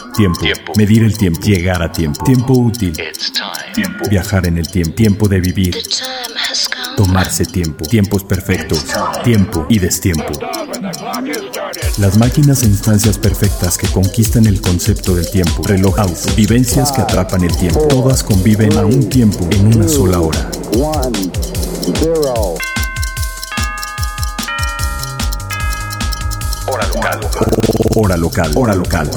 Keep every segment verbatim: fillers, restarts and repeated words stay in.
Tiempo. Tiempo. Medir el tiempo. Llegar a tiempo. Tiempo útil. Tiempo. Viajar en el tiempo. Tiempo de vivir. Tomarse tiempo. Tiempos perfectos. Tiempo y destiempo. Las máquinas e instancias perfectas que conquistan el concepto del tiempo. Reloj, auto, vivencias que atrapan el tiempo. Todas conviven a un tiempo en una sola hora. Hora local. Hora local. Hora local.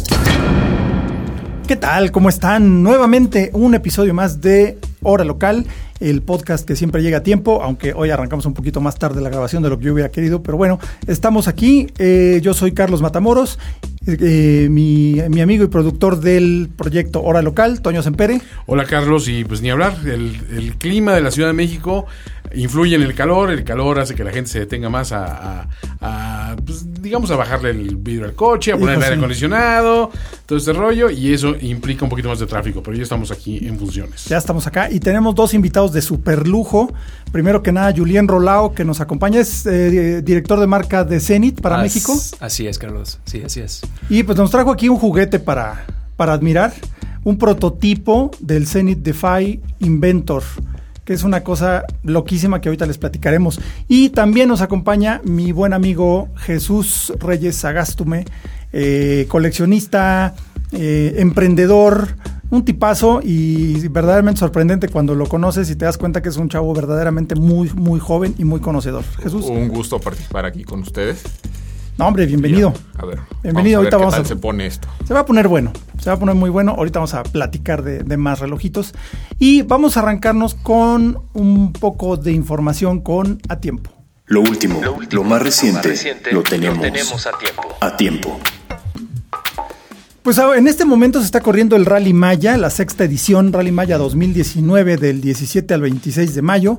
¿Qué tal? ¿Cómo están? Nuevamente un episodio más de Hora Local, el podcast que siempre llega a tiempo, aunque hoy arrancamos un poquito más tarde la grabación de lo que yo hubiera querido, pero bueno, estamos aquí. Eh, yo soy Carlos Matamoros, eh, mi, mi amigo y productor del proyecto Hora Local, Toño Sempere. Hola Carlos, y pues ni hablar, el, el clima de la Ciudad de México influye en el calor, el calor hace que la gente se detenga más a, a, a pues, digamos, a bajarle el vidrio al coche, a poner el aire acondicionado, todo este rollo, y eso implica un poquito más de tráfico, pero ya estamos aquí en funciones. Ya estamos acá y tenemos dos invitados de super lujo. Primero que nada, Julien Rolao, que nos acompaña, es eh, director de marca de Zenit para As, México. Así es, Carlos, sí, así es. Y pues nos trajo aquí un juguete para, para admirar, un prototipo del Zenit Defy Inventor, que es una cosa loquísima que ahorita les platicaremos. Y también nos acompaña mi buen amigo Jesús Reyes Sagastume, eh, coleccionista, eh, emprendedor, un tipazo y verdaderamente sorprendente cuando lo conoces y te das cuenta que es un chavo verdaderamente muy, muy joven y muy conocedor. Jesús. Un gusto participar aquí con ustedes. No, hombre, bienvenido. Bien, a ver, bienvenido. Vamos a ver ahorita qué vamos tal a, se pone esto. Se va a poner bueno, se va a poner muy bueno. Ahorita vamos a platicar de, de más relojitos y vamos a arrancarnos con un poco de información con A Tiempo. Lo último, lo, último, lo, más, reciente, lo más reciente, lo tenemos, lo tenemos a tiempo. A tiempo. Pues en este momento se está corriendo el Rally Maya, la sexta edición, Rally Maya dos mil diecinueve, del diecisiete al veintiséis de mayo.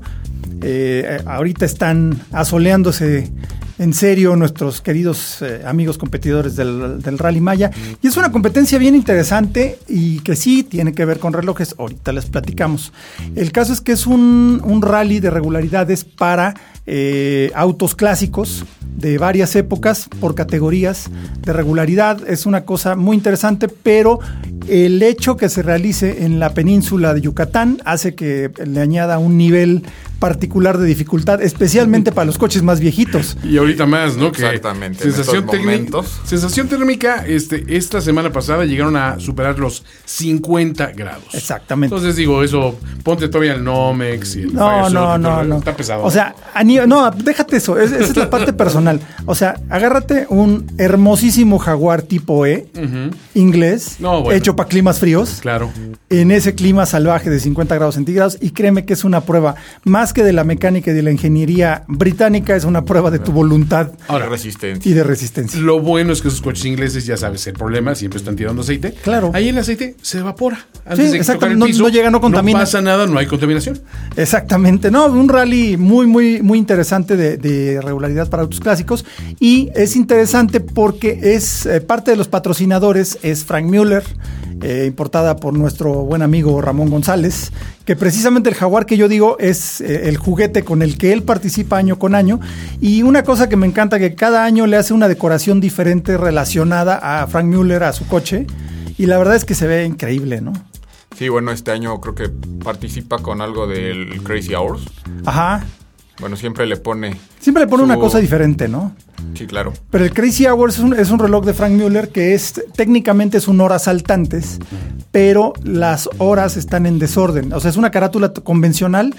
Eh, ahorita están asoleándose en serio nuestros queridos eh, amigos competidores del, del Rally Maya. Y es una competencia bien interesante y que sí tiene que ver con relojes. Ahorita les platicamos. El caso es que es un, un rally de regularidades para eh, autos clásicos de varias épocas por categorías de regularidad. Es una cosa muy interesante, pero el hecho que se realice en la península de Yucatán hace que le añada un nivel particular de dificultad, especialmente para los coches más viejitos. Y ahorita más, ¿no? Exactamente. Que sensación térmica. Sensación térmica, este, esta semana pasada llegaron a superar los cincuenta grados. Exactamente. Entonces digo, eso, ponte todavía el Nomex y el No, Fire no, Surf, no, no. Está pesado. O sea, a ni- no, déjate eso, es, esa es la parte personal. O sea, agárrate un hermosísimo Jaguar tipo E, uh-huh. inglés, no, bueno. hecho para climas fríos. Claro. En ese clima salvaje de cincuenta grados centígrados, y créeme que es una prueba más que de la mecánica y de la ingeniería británica, es una prueba de tu voluntad. Ahora, resistencia. Y de resistencia. Lo bueno es que esos coches ingleses, ya sabes, el problema, siempre están tirando aceite. Claro. Ahí el aceite se evapora. Antes Sí, de exacto, tocar el no, piso, no llega, no contamina. No pasa nada, no hay contaminación. Exactamente, no, un rally muy, muy, muy interesante de, de regularidad para autos clásicos, y es interesante porque es eh, parte de los patrocinadores es Frank Mueller, eh, importada por nuestro buen amigo Ramón González, que precisamente el Jaguar que yo digo es eh, el juguete con el que él participa año con año, y una cosa que me encanta que cada año le hace una decoración diferente relacionada a Frank Mueller, a su coche, y la verdad es que se ve increíble, ¿no? Sí, bueno, este año creo que participa con algo del Crazy Hours. Ajá. Bueno, siempre le pone... Siempre le pone su... una cosa diferente, ¿no? Sí, claro. Pero el Crazy Hours es un, es un reloj de Frank Mueller que es técnicamente es un horas saltantes, pero las horas están en desorden. O sea, es una carátula convencional,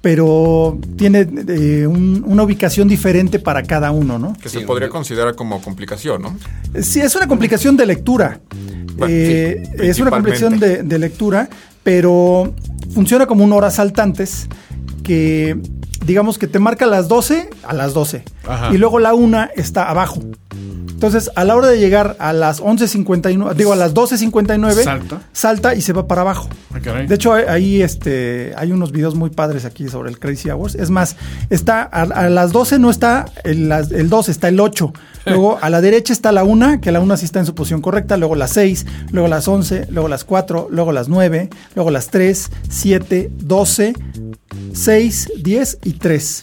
pero tiene eh, un, una ubicación diferente para cada uno, ¿no? Que sí, se podría considerar como complicación, ¿no? Sí, es una complicación de lectura. Bueno, eh, sí, es una complicación de, de lectura, pero funciona como un horas saltantes que, digamos que te marca las doce a las doce. Ajá. Y luego la una está abajo. Entonces, a la hora de llegar a las once cincuenta y nueve, digo, a las doce cincuenta y nueve, salta. salta y se va para abajo. Okay. De hecho, ahí este, hay unos videos muy padres aquí sobre el Crazy Hours. Es más, está a, a las doce no está el, el doce, está el ocho. Luego, a la derecha está la una, que la una sí está en su posición correcta. Luego las seis, luego las once, luego las cuatro, luego las nueve, luego las tres, siete, doce, seis, diez y tres.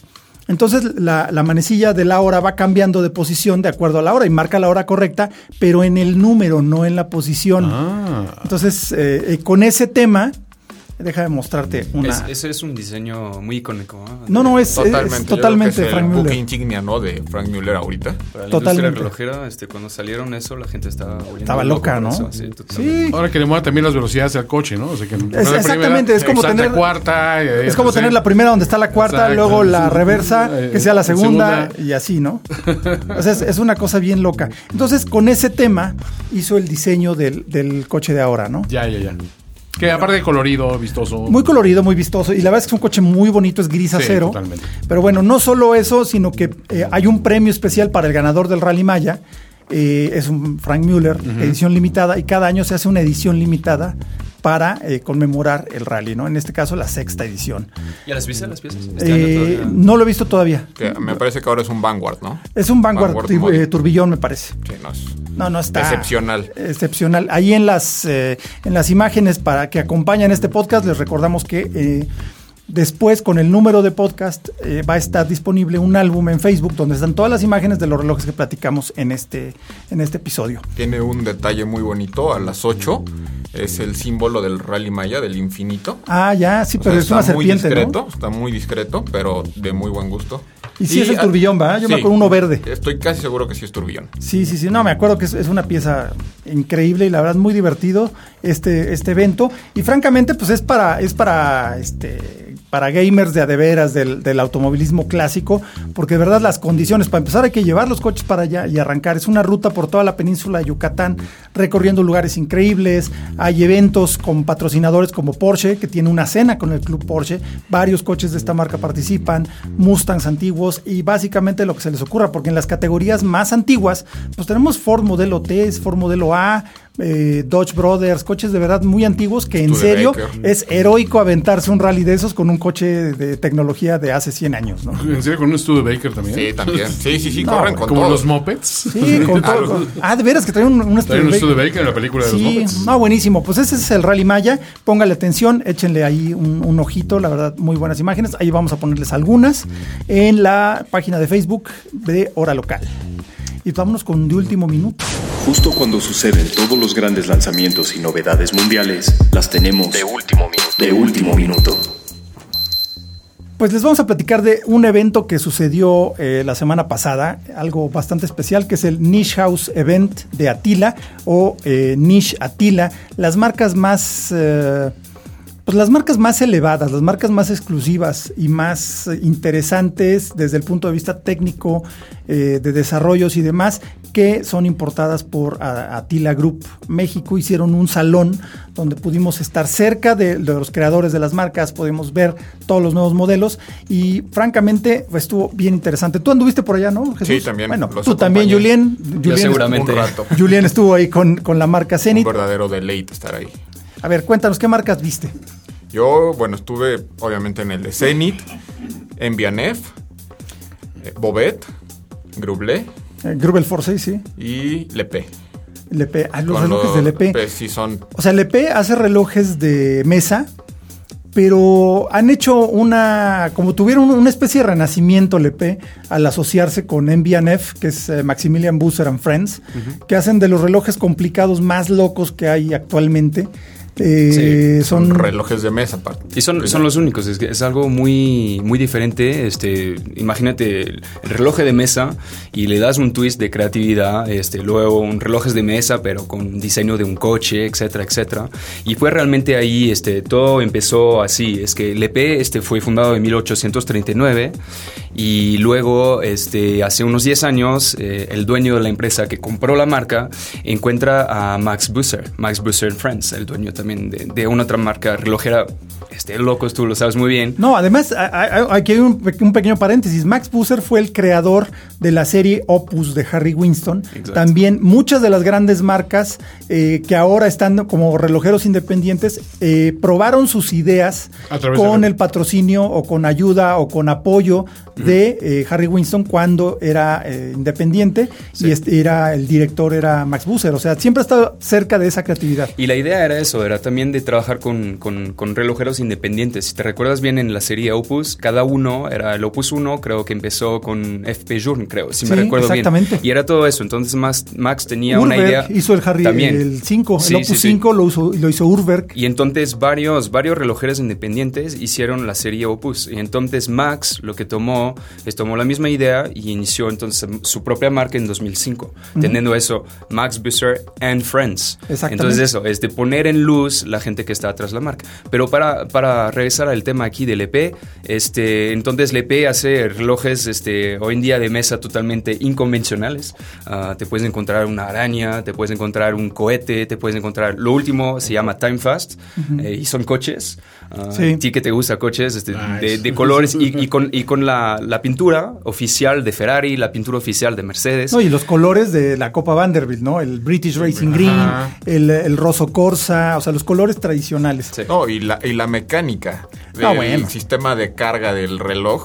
Entonces la, la manecilla de la hora va cambiando de posición de acuerdo a la hora y marca la hora correcta, pero en el número, no en la posición. Ah. Entonces, eh, eh, con ese tema, déjame mostrarte una... Es, ese es un diseño muy icónico. ¿eh? No, no, es Totalmente. es totalmente es Frank el buque Müller. insignia, ¿no? De Frank Müller ahorita. Para la Totalmente. industria relojera, este, cuando salieron eso, la gente estaba volviendo Estaba loco loca, por ¿no? eso, sí, totalmente. Sí. Ahora que le muevan también las velocidades al coche, ¿no? O sea, que Es, exactamente, es como tener... cuarta, eh, Es como pues, tener eh. la primera donde está la cuarta, Exacto. luego la reversa, que sea la segunda, Segunda. y así, ¿no? O sea, es, es una cosa bien loca. Entonces, con ese tema hizo el diseño del, del coche de ahora, ¿no? Ya, ya, ya. Que aparte de colorido, vistoso. Muy colorido, muy vistoso. Y la verdad es que es un coche muy bonito, es gris Sí, acero. totalmente. Pero bueno, no solo eso, sino que eh, hay un premio especial para el ganador del Rally Maya. Eh, es un Frank Müller, uh-huh. edición limitada. Y cada año se hace una edición limitada para eh, conmemorar el rally, ¿no? En este caso, la sexta edición. ¿Ya las viste las piezas? Este año Eh, todavía. no lo he visto todavía. Que me parece que ahora es un Vanguard, ¿no? Es un Vanguard, Vanguard tur- Modi. eh, turbillón, me parece. Sí, no es No, no está. excepcional. Excepcional. Ahí en las, eh, en las imágenes para que acompañan este podcast, les recordamos que eh, después, con el número de podcast, eh, va a estar disponible un álbum en Facebook donde están todas las imágenes de los relojes que platicamos en este, en este episodio. Tiene un detalle muy bonito. A las ocho es el símbolo del Rally Maya, del infinito. Ah, ya, sí, O pero sea, es está una muy serpiente, discreto, ¿no? está muy discreto, pero de muy buen gusto. Y sí es el ah, turbillón, ¿va? Yo sí, me acuerdo uno verde. Estoy casi seguro que sí es turbillón. Sí, sí, sí. No, me acuerdo que es, es una pieza increíble y la verdad muy divertido este, este evento. Y francamente, pues es para, es para este para gamers de a de veras del, del automovilismo clásico, porque de verdad las condiciones, para empezar hay que llevar los coches para allá y arrancar. Es una ruta por toda la península de Yucatán, recorriendo lugares increíbles. Hay eventos con patrocinadores como Porsche, que tiene una cena con el Club Porsche. Varios coches de esta marca participan, Mustangs antiguos y básicamente lo que se les ocurra, porque en las categorías más antiguas, pues tenemos Ford Modelo T, Ford Modelo A, eh, Dodge Brothers, coches de verdad muy antiguos que en serio Studebaker. es heroico aventarse un rally de esos con un coche de tecnología de hace cien años, ¿no? ¿En serio con un Studebaker también? Sí, también. Sí, sí, sí, No, corren con Como todo. los mopeds. Sí, con todo. Ah, de veras que traen un, un Traen un Studebaker. Studebaker en la película de los Sí, mopeds. no, buenísimo. Pues ese es el Rally Maya. Póngale atención, échenle ahí un, un ojito. La verdad, muy buenas imágenes. Ahí vamos a ponerles algunas en la página de Facebook de Hora Local. Y vámonos con De Último Minuto. Justo cuando suceden todos los grandes lanzamientos y novedades mundiales, las tenemos de último minuto. De último minuto. Pues les vamos a platicar de un evento que sucedió eh, la semana pasada, algo bastante especial, que es el Niche House Event de Attila o eh, Niche Attila, las marcas más... Eh, Pues las marcas más elevadas, las marcas más exclusivas y más eh, interesantes desde el punto de vista técnico, eh, de desarrollos y demás, que son importadas por a, Attila Group México. Hicieron un salón donde pudimos estar cerca de, de los creadores de las marcas, pudimos ver todos los nuevos modelos y francamente pues, estuvo bien interesante. Tú anduviste por allá, ¿no, Jesús? Sí, también. Bueno, Los tú también, acompañé. Julien. Julien seguramente. Un rato. Julien estuvo ahí con, con la marca Un Zenith. verdadero deleite estar ahí. A ver, cuéntanos, ¿qué marcas viste? Yo, bueno, estuve obviamente en el de Zenith, en Bianef, eh, Bobet, Gruble Eh, Grubel Force, sí. y Lepé. L P, ah, los Con relojes los- de L P. pues, sí son... O sea, L P hace relojes de mesa, pero han hecho una, como tuvieron una especie de renacimiento L P al asociarse con M B and F, que es eh, Maximilian Busser and Friends, uh-huh. que hacen de los relojes complicados más locos que hay actualmente. Eh, Sí, son, son relojes de mesa aparte. Y son, son los únicos, es, que es algo muy, muy diferente. Este, imagínate el, el reloj de mesa y le das un twist de creatividad, este, luego un reloj de mesa pero con diseño de un coche, etcétera, etcétera. Y fue realmente ahí, este, todo empezó así. Es que L P este, fue fundado en mil ochocientos treinta y nueve y luego este, hace unos diez años eh, el dueño de la empresa que compró la marca encuentra a Max Busser, Max Busser and Friends, el dueño también De, de una otra marca relojera, este, locos, tú lo sabes muy bien. No, además, a, a, aquí hay un, un pequeño paréntesis. Max Busser fue el creador de la serie Opus de Harry Winston. Exacto. También muchas de las grandes marcas eh, que ahora están como relojeros independientes eh, probaron sus ideas A través con de- el patrocinio o con ayuda o con apoyo de eh, Harry Winston cuando era eh, independiente sí. y este, era el director era Max Busser. O sea, siempre ha estado cerca de esa creatividad. Y la idea era eso, era también de trabajar con, con, con relojeros independientes. Si te recuerdas bien en la serie Opus, cada uno era el Opus uno, creo que empezó con F P Journe, creo, si sí, me recuerdo exactamente. bien. Y era todo eso. Entonces Max, Max tenía Urberg una idea. hizo el Harry también. el cinco, sí, el Opus sí, sí. cinco lo, hizo, lo hizo Urberg. Y entonces varios, varios relojeros independientes hicieron la serie Opus. Y entonces Max lo que tomó es tomó la misma idea y inició entonces su propia marca en dos mil cinco, uh-huh. teniendo eso, Max Busser and Friends. Entonces eso, es de poner en luz la gente que está atrás de la marca. Pero para, para regresar al tema aquí del E P, este, entonces el E P hace relojes este, hoy en día de mesa totalmente inconvencionales. Uh, te puedes encontrar una araña, te puedes encontrar un cohete, te puedes encontrar... Lo último se llama Time Fast uh-huh. eh, y son coches. Uh, sí. A ti que te gusta coches este, nice. de, de colores y, y con, y con la, la pintura oficial de Ferrari, la pintura oficial de Mercedes. No, y los colores de la Copa Vanderbilt, ¿no? El British Racing Green, el, el Rosso Corsa, o sea, los colores tradicionales. Sí. No, y la, y la mecánica del ah, bueno. sistema de carga del reloj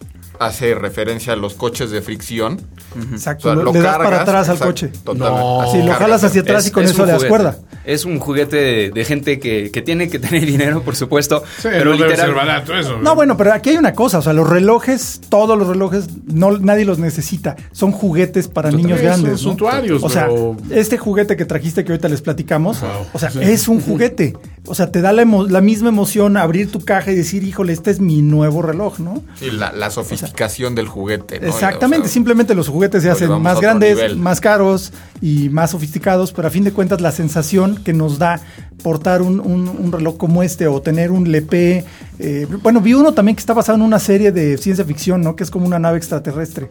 hace referencia a los coches de fricción. Exacto, o sea, lo le das para atrás exacto, al coche. Totalmente. No. Así lo jalas hacia atrás es, y con eso le das cuerda. Es un juguete de, de gente que, que tiene que tener dinero, por supuesto. Sí, pero no literal... debe ser barato eso. No, bueno, pero aquí hay una cosa. O sea, los relojes, todos los relojes, no, nadie los necesita. Son juguetes para Entonces, niños grandes. Son suntuarios, ¿no? O sea, pero... este juguete que trajiste que ahorita les platicamos, wow. o sea, sí. es un juguete. O sea, te da la, emo- la misma emoción abrir tu caja y decir, híjole, este es mi nuevo reloj, ¿no? Sí, la, la sofisticación o sea, del juguete, ¿no? Exactamente, o sea, simplemente los juguetes se hacen más grandes, nivel. más caros y más sofisticados, pero a fin de cuentas la sensación que nos da portar un, un, un reloj como este o tener un L P. Eh, bueno, vi uno también que está basado en una serie de ciencia ficción, ¿no? Que es como una nave extraterrestre.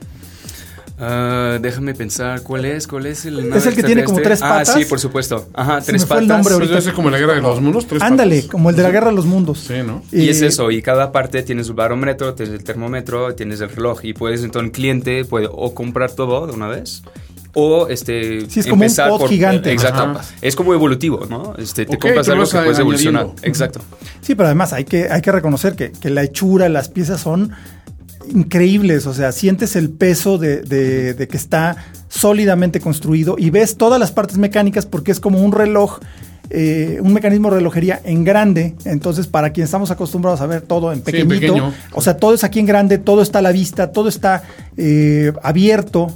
Uh, déjame pensar, ¿cuál es? ¿Cuál es el Es el que tiene como tres patas. Ah, sí, por supuesto. Ajá, Se tres me fue patas. el nombre ahorita. Pues como la Guerra de los Mundos, tres Ándale, patas. como el de la Guerra de los Mundos. Sí, ¿no? Y eh, es eso, y cada parte tiene su barómetro, tienes el termómetro, tienes el reloj, y puedes entonces el cliente puede o comprar todo de una vez, o este sí, es como empezar un pod por, gigante. Exacto. Ajá. Es como evolutivo, ¿no? Este, te okay, compras algo que puedes evolucionar. Uh-huh. Exacto. Sí, pero además hay que, hay que reconocer que, que la hechura, las piezas son increíbles, o sea, sientes el peso de, de, de que está sólidamente construido y ves todas las partes mecánicas porque es como un reloj, eh, un mecanismo de relojería en grande. Entonces, para quien estamos acostumbrados a ver todo en pequeñito, sí, pequeño. O sea, todo es aquí en grande, todo está a la vista, todo está eh, abierto.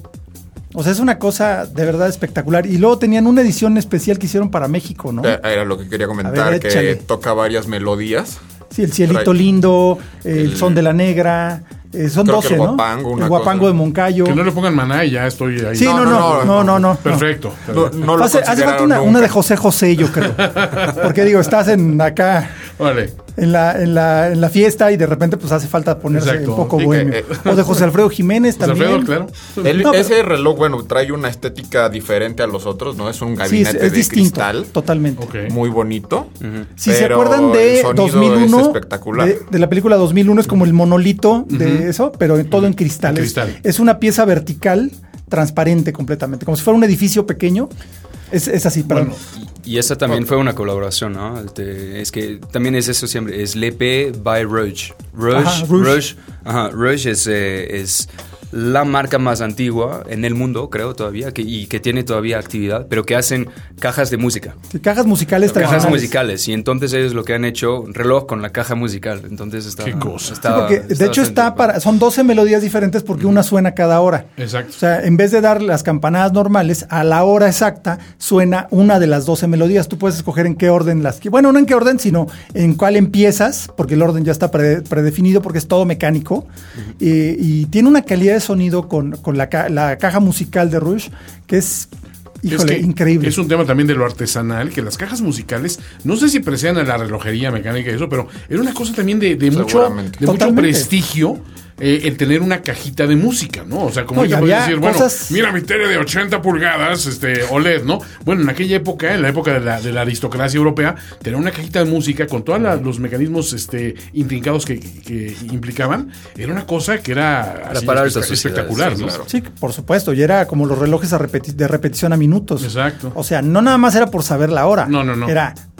O sea, es una cosa de verdad espectacular. Y luego tenían una edición especial que hicieron para México, ¿no? Era lo que quería comentar, ver, que échale. Toca varias melodías. Sí, el cielito Trae. lindo, el, el son de la negra. Eh, son doce, el ¿no? Guapango, el Guapango de Moncayo. Que no le pongan Maná y ya estoy ahí. Sí, no, no, no, no, no. no Perfecto. No, no lo hace, hace falta una, una de José José, yo creo. Porque digo, estás en acá vale. en, la, en, la, en la fiesta y de repente pues hace falta ponerse Exacto. un poco sí, bohemio. Eh, o de José Alfredo Jiménez José también. Alfredo, claro. El, no, ese reloj, bueno, trae una estética diferente a los otros, ¿no? Es un gabinete sí, es, es de distinto, cristal. Totalmente. Okay. Muy bonito. Uh-huh. Si se acuerdan de dos mil uno, es espectacular. De, de la película dos mil uno, es como el monolito uh-huh. de eso, pero en todo en cristal. En cristal. Es, es una pieza vertical, transparente completamente, como si fuera un edificio pequeño. Es, es así, perdón. Bueno, y, y esa también fue una colaboración, ¿no? Este, es que también es eso siempre, es L P by Rouge. Rouge, ajá, Rouge. Rouge, ajá, Rouge es, eh, es la marca más antigua en el mundo, creo todavía, que, y que tiene todavía actividad, pero que hacen cajas de música. Sí, cajas musicales tradicionales. Cajas musicales, y entonces ellos lo que han hecho, un reloj con la caja musical. Entonces está... ¿Qué cosa? Está, sí, porque está de hecho está para, son doce melodías diferentes porque una suena cada hora. Exacto. O sea, en vez de dar las campanadas normales, a la hora exacta suena una de las doce melodías. Tú puedes escoger en qué orden las... Bueno, no en qué orden, sino en cuál empiezas, porque el orden ya está pre, predefinido porque es todo mecánico. Uh-huh. eh, y tiene una calidad de sonido con con la, ca- la caja musical de Rouge, que es, híjole, es que increíble. Es un tema también de lo artesanal, que las cajas musicales, no sé si preceden a la relojería mecánica y eso, pero era una cosa también de, de, mucho, de mucho prestigio. Eh, el tener una cajita de música, ¿no? O sea, como no, ahorita puedes decir, bueno, cosas... mira mi tele de ochenta pulgadas, este, O L E D, ¿no? Bueno, en aquella época, en la época de la, de la aristocracia europea, tener una cajita de música con todos los mecanismos este, intrincados que, que implicaban, era una cosa que era así, para espe- espectacular, sí, ¿no? Claro. Sí, por supuesto, y era como los relojes a repeti- de repetición a minutos. Exacto. O sea, no nada más era por saber la hora. No, no, no. Era...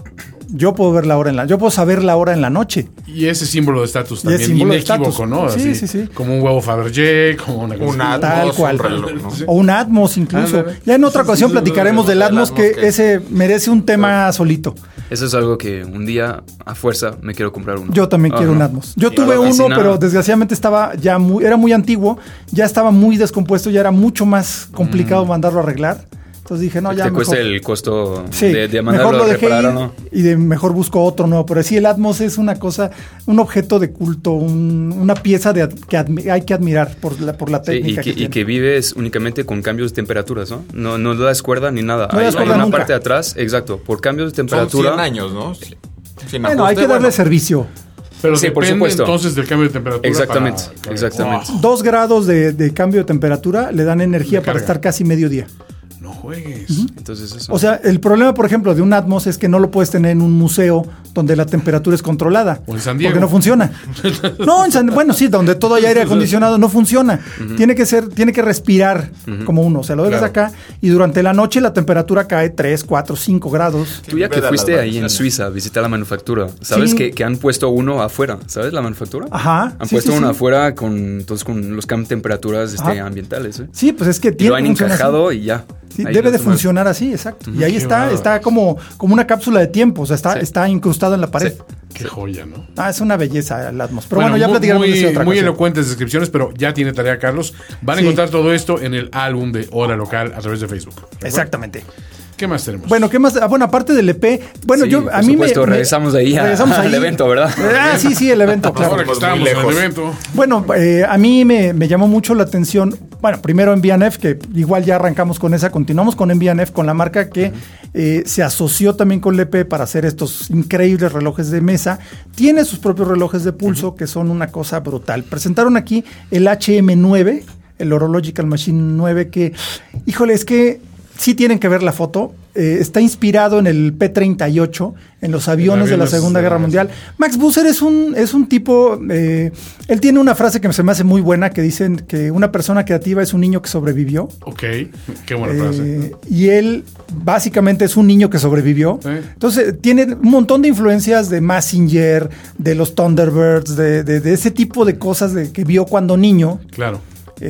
yo puedo ver la hora en la, yo puedo saber la hora en la noche. Y ese símbolo de estatus también, símbolo de inequívoco, estatus. ¿no? Sí, Así, sí, sí. Como un huevo Fabergé, como una cosa Un así. Atmos, Tal cual. un reloj, ¿no? O un Atmos incluso. Ándale. Ya en otra ocasión platicaremos del del Atmos, Atmos que que- ese merece un tema solito. Eso es algo que un día, a fuerza, me quiero comprar uno. Yo también Ah, quiero ¿no? un Atmos. Yo Y tuve a la uno, oficina- pero desgraciadamente estaba ya muy, era muy antiguo, ya estaba muy descompuesto, ya era mucho más complicado mandarlo a arreglar. Entonces dije, no, ya Te mejor. cuesta el costo Sí, de, de mejor mandarlo lo a dejé reparar ir o no. y de mejor busco otro nuevo. Pero sí, el Atmos es una cosa, un objeto de culto, un- una pieza de, ad- que admi- hay que admirar por la, por la Sí, y, técnica que, que, y que tiene. vives únicamente con cambios de temperaturas, ¿no? No, no le das cuerda ni nada. No le hay, das hay cuerda una nunca. parte de atrás, exacto, por cambios de Son temperatura. cien años, ¿no? Sin Bueno, hay ajuste, que darle bueno, servicio. Pero Sí, por depende supuesto. entonces del cambio de temperatura. Exactamente, para- exactamente. Oh, Dos grados de, de cambio de temperatura le dan energía Le para carga. estar casi medio día. no juegues. Entonces eso. O sea, el problema, por ejemplo, de un Atmos es que no lo puedes tener en un museo donde la temperatura es controlada. O en San Diego. Porque no funciona. No, en San, bueno, sí, donde todo hay aire acondicionado no funciona. Tiene que ser, tiene que respirar como uno. O sea, lo dejas Claro. acá y durante la noche la temperatura cae tres, cuatro, cinco grados. Tú ya que Veda fuiste las ahí en vacaciones. Suiza a visitar la manufactura, ¿sabes Sí. que, que han puesto uno afuera? ¿Sabes la manufactura? Ajá, Han sí, puesto sí, uno sí. afuera con, entonces, con los cambios de temperaturas este, Ajá. ambientales. ¿eh? Sí, pues es que Y tiene lo han que funcionar así. encajado y ya. Sí, Ahí debe lo de tomas. funcionar así, exacto. Y ahí Qué está, bárbaro. está como, como una cápsula de tiempo, o sea, está, Sí. está incrustado en la pared. Sí. Qué joya, ¿no? Ah, es una belleza el Atmos. Pero bueno, ya muy, platicaremos de muy, esa otra muy ocasión. elocuentes descripciones, pero ya tiene tarea Carlos. Van a Sí. encontrar todo esto en el álbum de Hora Local a través de Facebook. ¿De acuerdo? Exactamente. ¿Qué más tenemos? Bueno, ¿qué más? Ah, bueno, aparte del E P, bueno, Sí, yo por a mí supuesto, me, me- regresamos de ahí a- regresamos al ahí. evento, ¿verdad? Ah, sí, sí, el evento, claro. ahora que Estamos muy estamos en el lejos. evento. Bueno, eh, a mí me, me llamó mucho la atención, bueno, primero en V N F, que igual ya arrancamos con esa, continuamos con V N F, con la marca que eh, se asoció también con el E P para hacer estos increíbles relojes de mesa. Tiene sus propios relojes de pulso, que son una cosa brutal. Presentaron aquí el H M nueve, el Horological Machine nueve, que, híjole, es que sí tienen que ver la foto. Eh, está inspirado en el P treinta y ocho, en los aviones de la aviones Segunda de Guerra la- Mundial. Max Busser es un, es un tipo, eh, él tiene una frase que se me hace muy buena, que dicen que una persona creativa es un niño que sobrevivió. Ok, qué buena frase. Eh, y él básicamente es un niño que sobrevivió. Sí. Entonces tiene un montón de influencias de Massinger, de los Thunderbirds, de, de- de ese tipo de cosas de, que vio cuando niño. Claro.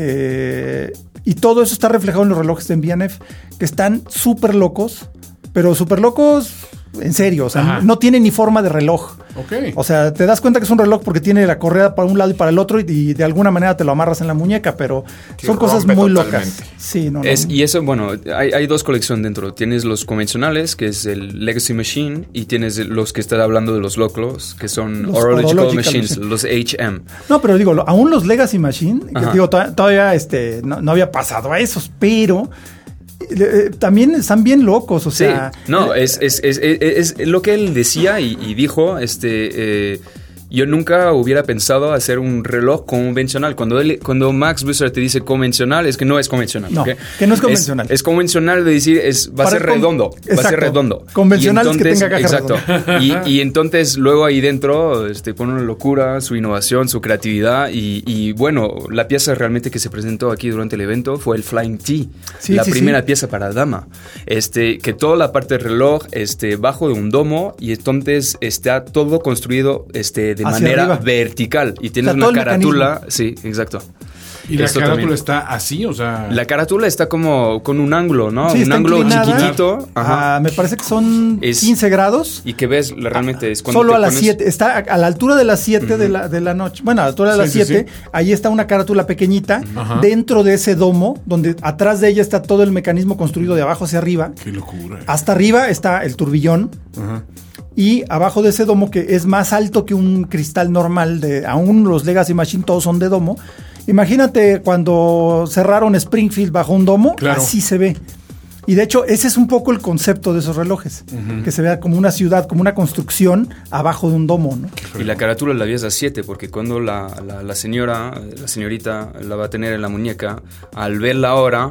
Eh, y todo eso está reflejado en los relojes de V N F, que están súper locos, pero súper locos en serio. O sea, Ajá. no tienen ni forma de reloj. Ok. O sea, te das cuenta que es un reloj porque tiene la correa para un lado y para el otro y, y de alguna manera te lo amarras en la muñeca, pero Sí, son cosas rompe muy totalmente. locas. Sí, no, no, Es, no. y eso, bueno, hay, hay dos colecciones dentro. Tienes los convencionales, que es el Legacy Machine, y tienes los que están hablando de los locos, que son Los Horological, Horological Machines, Machine. los H M. No, pero digo, lo- aún los Legacy Machine, que Ajá. digo, to- todavía este, no, no había pasado a esos, pero eh, eh, también están bien locos, o Sí, sea. no, eh, es, es, es, es- es lo que él decía y, y dijo, este... eh, yo nunca hubiera pensado hacer un reloj convencional. Cuando él, cuando Max Busser te dice convencional, es que no es convencional. No, ¿ok? que no es convencional. Es, convencional de decir, es, va a Para ser el con- redondo. Va a Exacto. ser redondo. Convencional Y es que tenga caja Exacto. Y, y entonces luego ahí dentro este, pone una locura, su innovación, su creatividad. Y, y bueno, la pieza realmente que se presentó aquí durante el evento fue el Flying T. Sí, la sí, primera sí. pieza para dama. Este, que toda la parte del reloj este, bajo de un domo y entonces está todo construido este, de Hacia manera arriba. vertical. Y tienes O sea, todo una el carátula. Sí, exacto. Y la Esto carátula también. está así, o sea. La carátula está como con un ángulo, ¿no? Sí, un está ángulo inclinada. chiquitito. Ajá. ah, me parece que son Es- quince grados. Y que ves la- realmente es cuando Solo te a las pones- siete, está a, a la altura de las siete de, la, de la noche. Bueno, a la altura de Sí, las sí, siete, sí. ahí está una carátula pequeñita Ajá. dentro de ese domo, donde atrás de ella está todo el mecanismo construido de abajo hacia arriba. Qué locura. Hasta arriba está el turbillón. Ajá. Y abajo de ese domo, que es más alto que un cristal normal, de aún los Legacy Machine todos son de domo. Imagínate cuando cerraron Springfield bajo un domo, Claro. así se ve. Y de hecho, ese es un poco el concepto de esos relojes, que se vea como una ciudad, como una construcción abajo de un domo, ¿no? Y la carátula la ves a siete, porque cuando la, la, la señora, la señorita la va a tener en la muñeca, al ver la hora,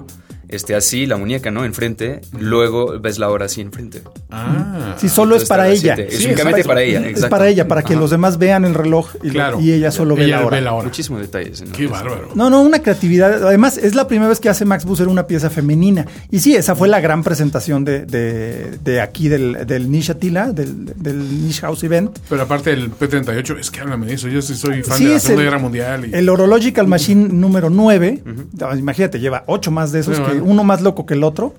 este, así, la muñeca, ¿no? Enfrente, luego ves la hora así enfrente. Ah. Sí, solo es para ella. Es Sí, únicamente es para ella, Es exacto. para ella, para que Ajá. los demás vean el reloj y, Claro. y ella solo ve Ella la hora. ve la hora. Muchísimos detalles. ¿no? Qué bárbaro. No, no, una creatividad. Además, es la primera vez que hace Max Busser una pieza femenina. Y sí, esa fue la gran presentación de, de, de aquí del, del Niche Attila, del, del Niche House Event. Pero aparte del P treinta y ocho, es que háblame de eso. Yo sí soy fan Sí, de la es Segunda el- Guerra Mundial. Y... El Horological Machine número nueve. No, imagínate, lleva ocho más de esos, Sí, que bueno. uno más loco que el otro.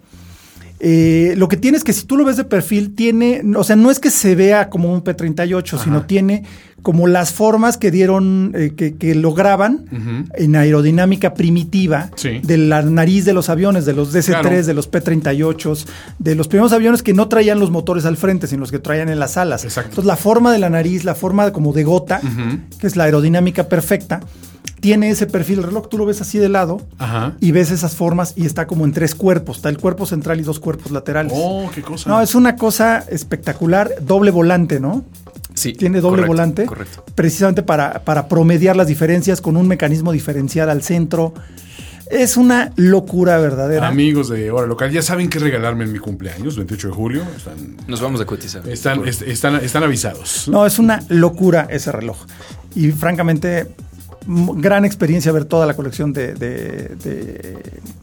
Eh, lo que tiene es que si tú lo ves de perfil, tiene, o sea, no es que se vea como un P treinta y ocho, Ajá. sino tiene como las formas que dieron, eh, que, que lograban Ujú. en aerodinámica primitiva Sí. de la nariz de los aviones, de los D C tres, Claro. de los P treinta y ocho, de los primeros aviones que no traían los motores al frente, sino los que traían en las alas. Exacto. Entonces la forma de la nariz, la forma como de gota, Ujú. que es la aerodinámica perfecta, tiene ese perfil. El reloj tú lo ves así de lado Ajá. y ves esas formas y está como en tres cuerpos. Está el cuerpo central y dos cuerpos laterales. Oh, qué cosa. No, es una cosa espectacular. Doble volante, ¿no? Sí, Tiene doble correcto, volante. Correcto. Precisamente para, para promediar las diferencias con un mecanismo diferencial al centro. Es una locura verdadera. Amigos de Hora Local, ya saben qué regalarme en mi cumpleaños, veintiocho de julio. Están, Nos vamos a cotizar. están, est- están, están avisados. No, es una locura ese reloj. Y francamente, m- gran experiencia ver toda la colección de, de, de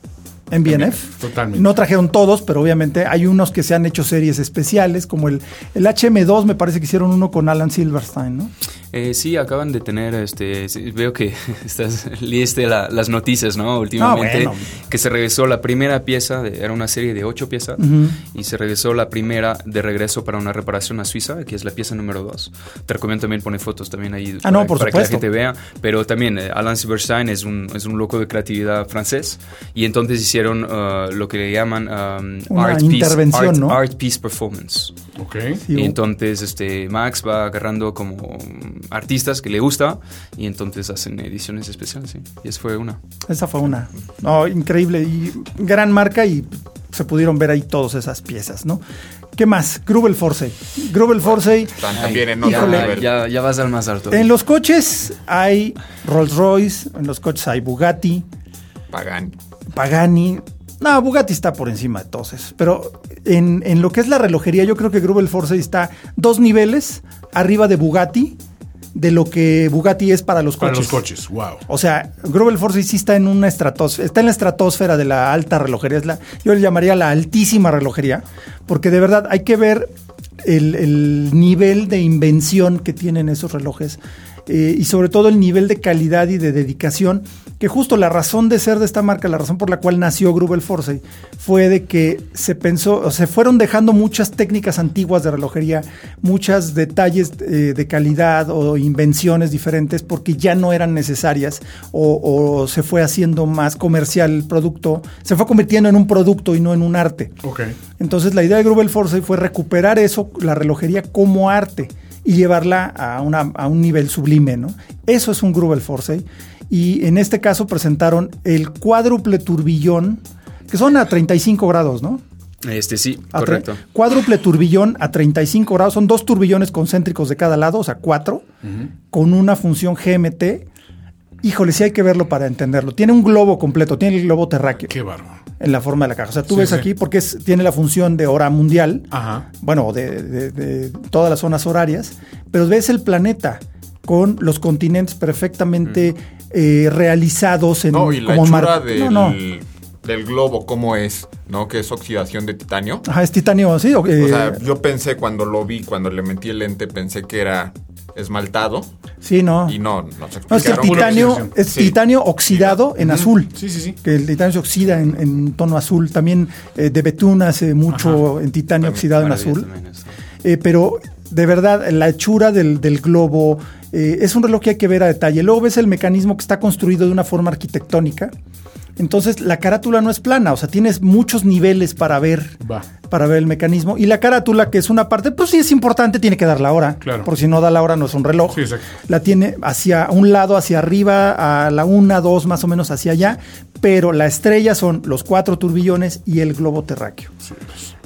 M B N F. Totalmente. No trajeron todos, pero obviamente hay unos que se han hecho series especiales, como el, el H M dos, me parece que hicieron uno con Alan Silverstein, ¿no? Eh, sí, acaban de tener, este, sí, veo que estás, leíste la- las noticias, ¿no? Últimamente, Ah, bueno. que se regresó la primera pieza, de- era una serie de ocho piezas, Ujú. y se regresó la primera de regreso para una reparación a Suiza, que es la pieza número dos. Te recomiendo también poner fotos también ahí Ah, no, para, por para que la supuesto. gente vea, pero también eh, Alan Silverstein es un, es un loco de creatividad francés, y entonces hicieron uh, lo que le llaman um, Una art, intervención, piece, art, ¿no? art piece performance. Ok. Sí, Y o- entonces este Max va agarrando como mm, artistas que le gusta y entonces hacen ediciones especiales, sí. Y esa fue una. Esa fue una. No, increíble. Y gran marca y se pudieron ver ahí todas esas piezas, ¿no? ¿Qué más? Grubel Forsey. Grubel Forsey. Están también en otro híjole. nivel. Ya, ya vas al más alto. En los coches hay Rolls Royce, en los coches hay Bugatti, Pagani. Pagani. No, Bugatti está por encima de todos esos. Pero en, en lo que es la relojería, yo creo que Grubel Forsey está dos niveles arriba de Bugatti, de lo que Bugatti es para los Para coches. los coches, wow. O sea, Grubel Forsey sí está en una estratosfera, está en la estratosfera de la alta relojería. Es la, yo le llamaría la altísima relojería, porque de verdad hay que ver el, el nivel de invención que tienen esos relojes eh, y sobre todo el nivel de calidad y de dedicación, que justo la razón de ser de esta marca, la razón por la cual nació Grubel Forsey, fue de que se pensó, o se fueron dejando muchas técnicas antiguas de relojería, muchos detalles eh, de calidad o invenciones diferentes porque ya no eran necesarias o, o se fue haciendo más comercial el producto, se fue convirtiendo en un producto y no en un arte. Ok. Entonces la idea de Grubel Forsey fue recuperar eso, la relojería como arte y llevarla a, una, a un nivel sublime, ¿no? Eso es un Grubel Forsey. Y en este caso presentaron el cuádruple turbillón, que son a treinta y cinco grados, ¿no? Este sí, A tre- correcto. Cuádruple turbillón a treinta y cinco grados. Son dos turbillones concéntricos de cada lado, o sea, cuatro, con una función G M T. Híjole, sí hay que verlo para entenderlo. Tiene un globo completo, tiene el globo terráqueo Qué bárbaro. en la forma de la caja. O sea, tú Sí, ves sí. aquí porque es- tiene la función de hora mundial, Ajá. bueno, de, de- de todas las zonas horarias, pero ves el planeta con los continentes perfectamente eh, realizados en No, y la como hechura mar- del, no, no. del globo, ¿cómo es? ¿No? Que es oxidación de titanio. Ajá, es titanio, sí. o- eh, O sea, yo pensé cuando lo vi, cuando le metí el lente, pensé que era esmaltado. sí, no. Y no, no se No, es que el explicaron. titanio oxidación. es Sí. titanio oxidado en azul. Sí, sí, sí. Que el titanio se oxida en, en tono azul. También eh, de Betún hace mucho en titanio oxidado en Maravilla azul. también esto. Eh, pero de verdad, la hechura del, del globo eh, es un reloj que hay que ver a detalle. Luego ves el mecanismo que está construido de una forma arquitectónica. Entonces la carátula no es plana, o sea, tienes muchos niveles para ver, Va. para ver el mecanismo. Y la carátula, que es una parte, pues sí es importante, tiene que dar la hora. Claro. Por si no da la hora, no es un reloj. Sí, exacto. La tiene hacia un lado, hacia arriba, a la una, dos, más o menos hacia allá. Pero la estrella son los cuatro turbillones y el globo terráqueo.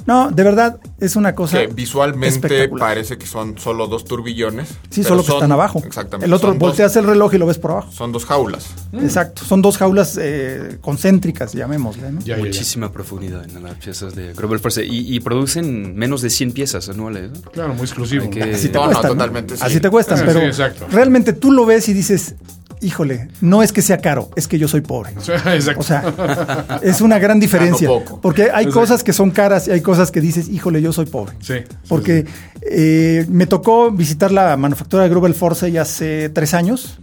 No, de verdad, es una cosa que visualmente espectacular. parece que son solo dos turbillones. Sí, solo que son, están abajo. Exactamente. El otro, son volteas dos, el reloj y lo ves por abajo. Son dos jaulas. Mm. Exacto, son dos jaulas eh, concéntricas, llamémosle, ¿no? Ya, ya, ya. Muchísima profundidad en las piezas de Grover Force. Y, y producen menos de cien piezas anuales, ¿no? Claro, muy exclusivo. Hay que- Así te No, no, cuestan, ¿no? totalmente, sí. Así te cuestan, Sí, pero sí, exacto. realmente tú lo ves y dices, híjole, no es que sea caro, es que yo soy pobre. Exacto. O sea, es una gran diferencia. Gano poco. Porque hay Exacto. cosas que son caras y hay cosas que dices, híjole, yo soy pobre. Sí, sí, Porque eh, me tocó visitar la manufactura de Grover Force hace tres años.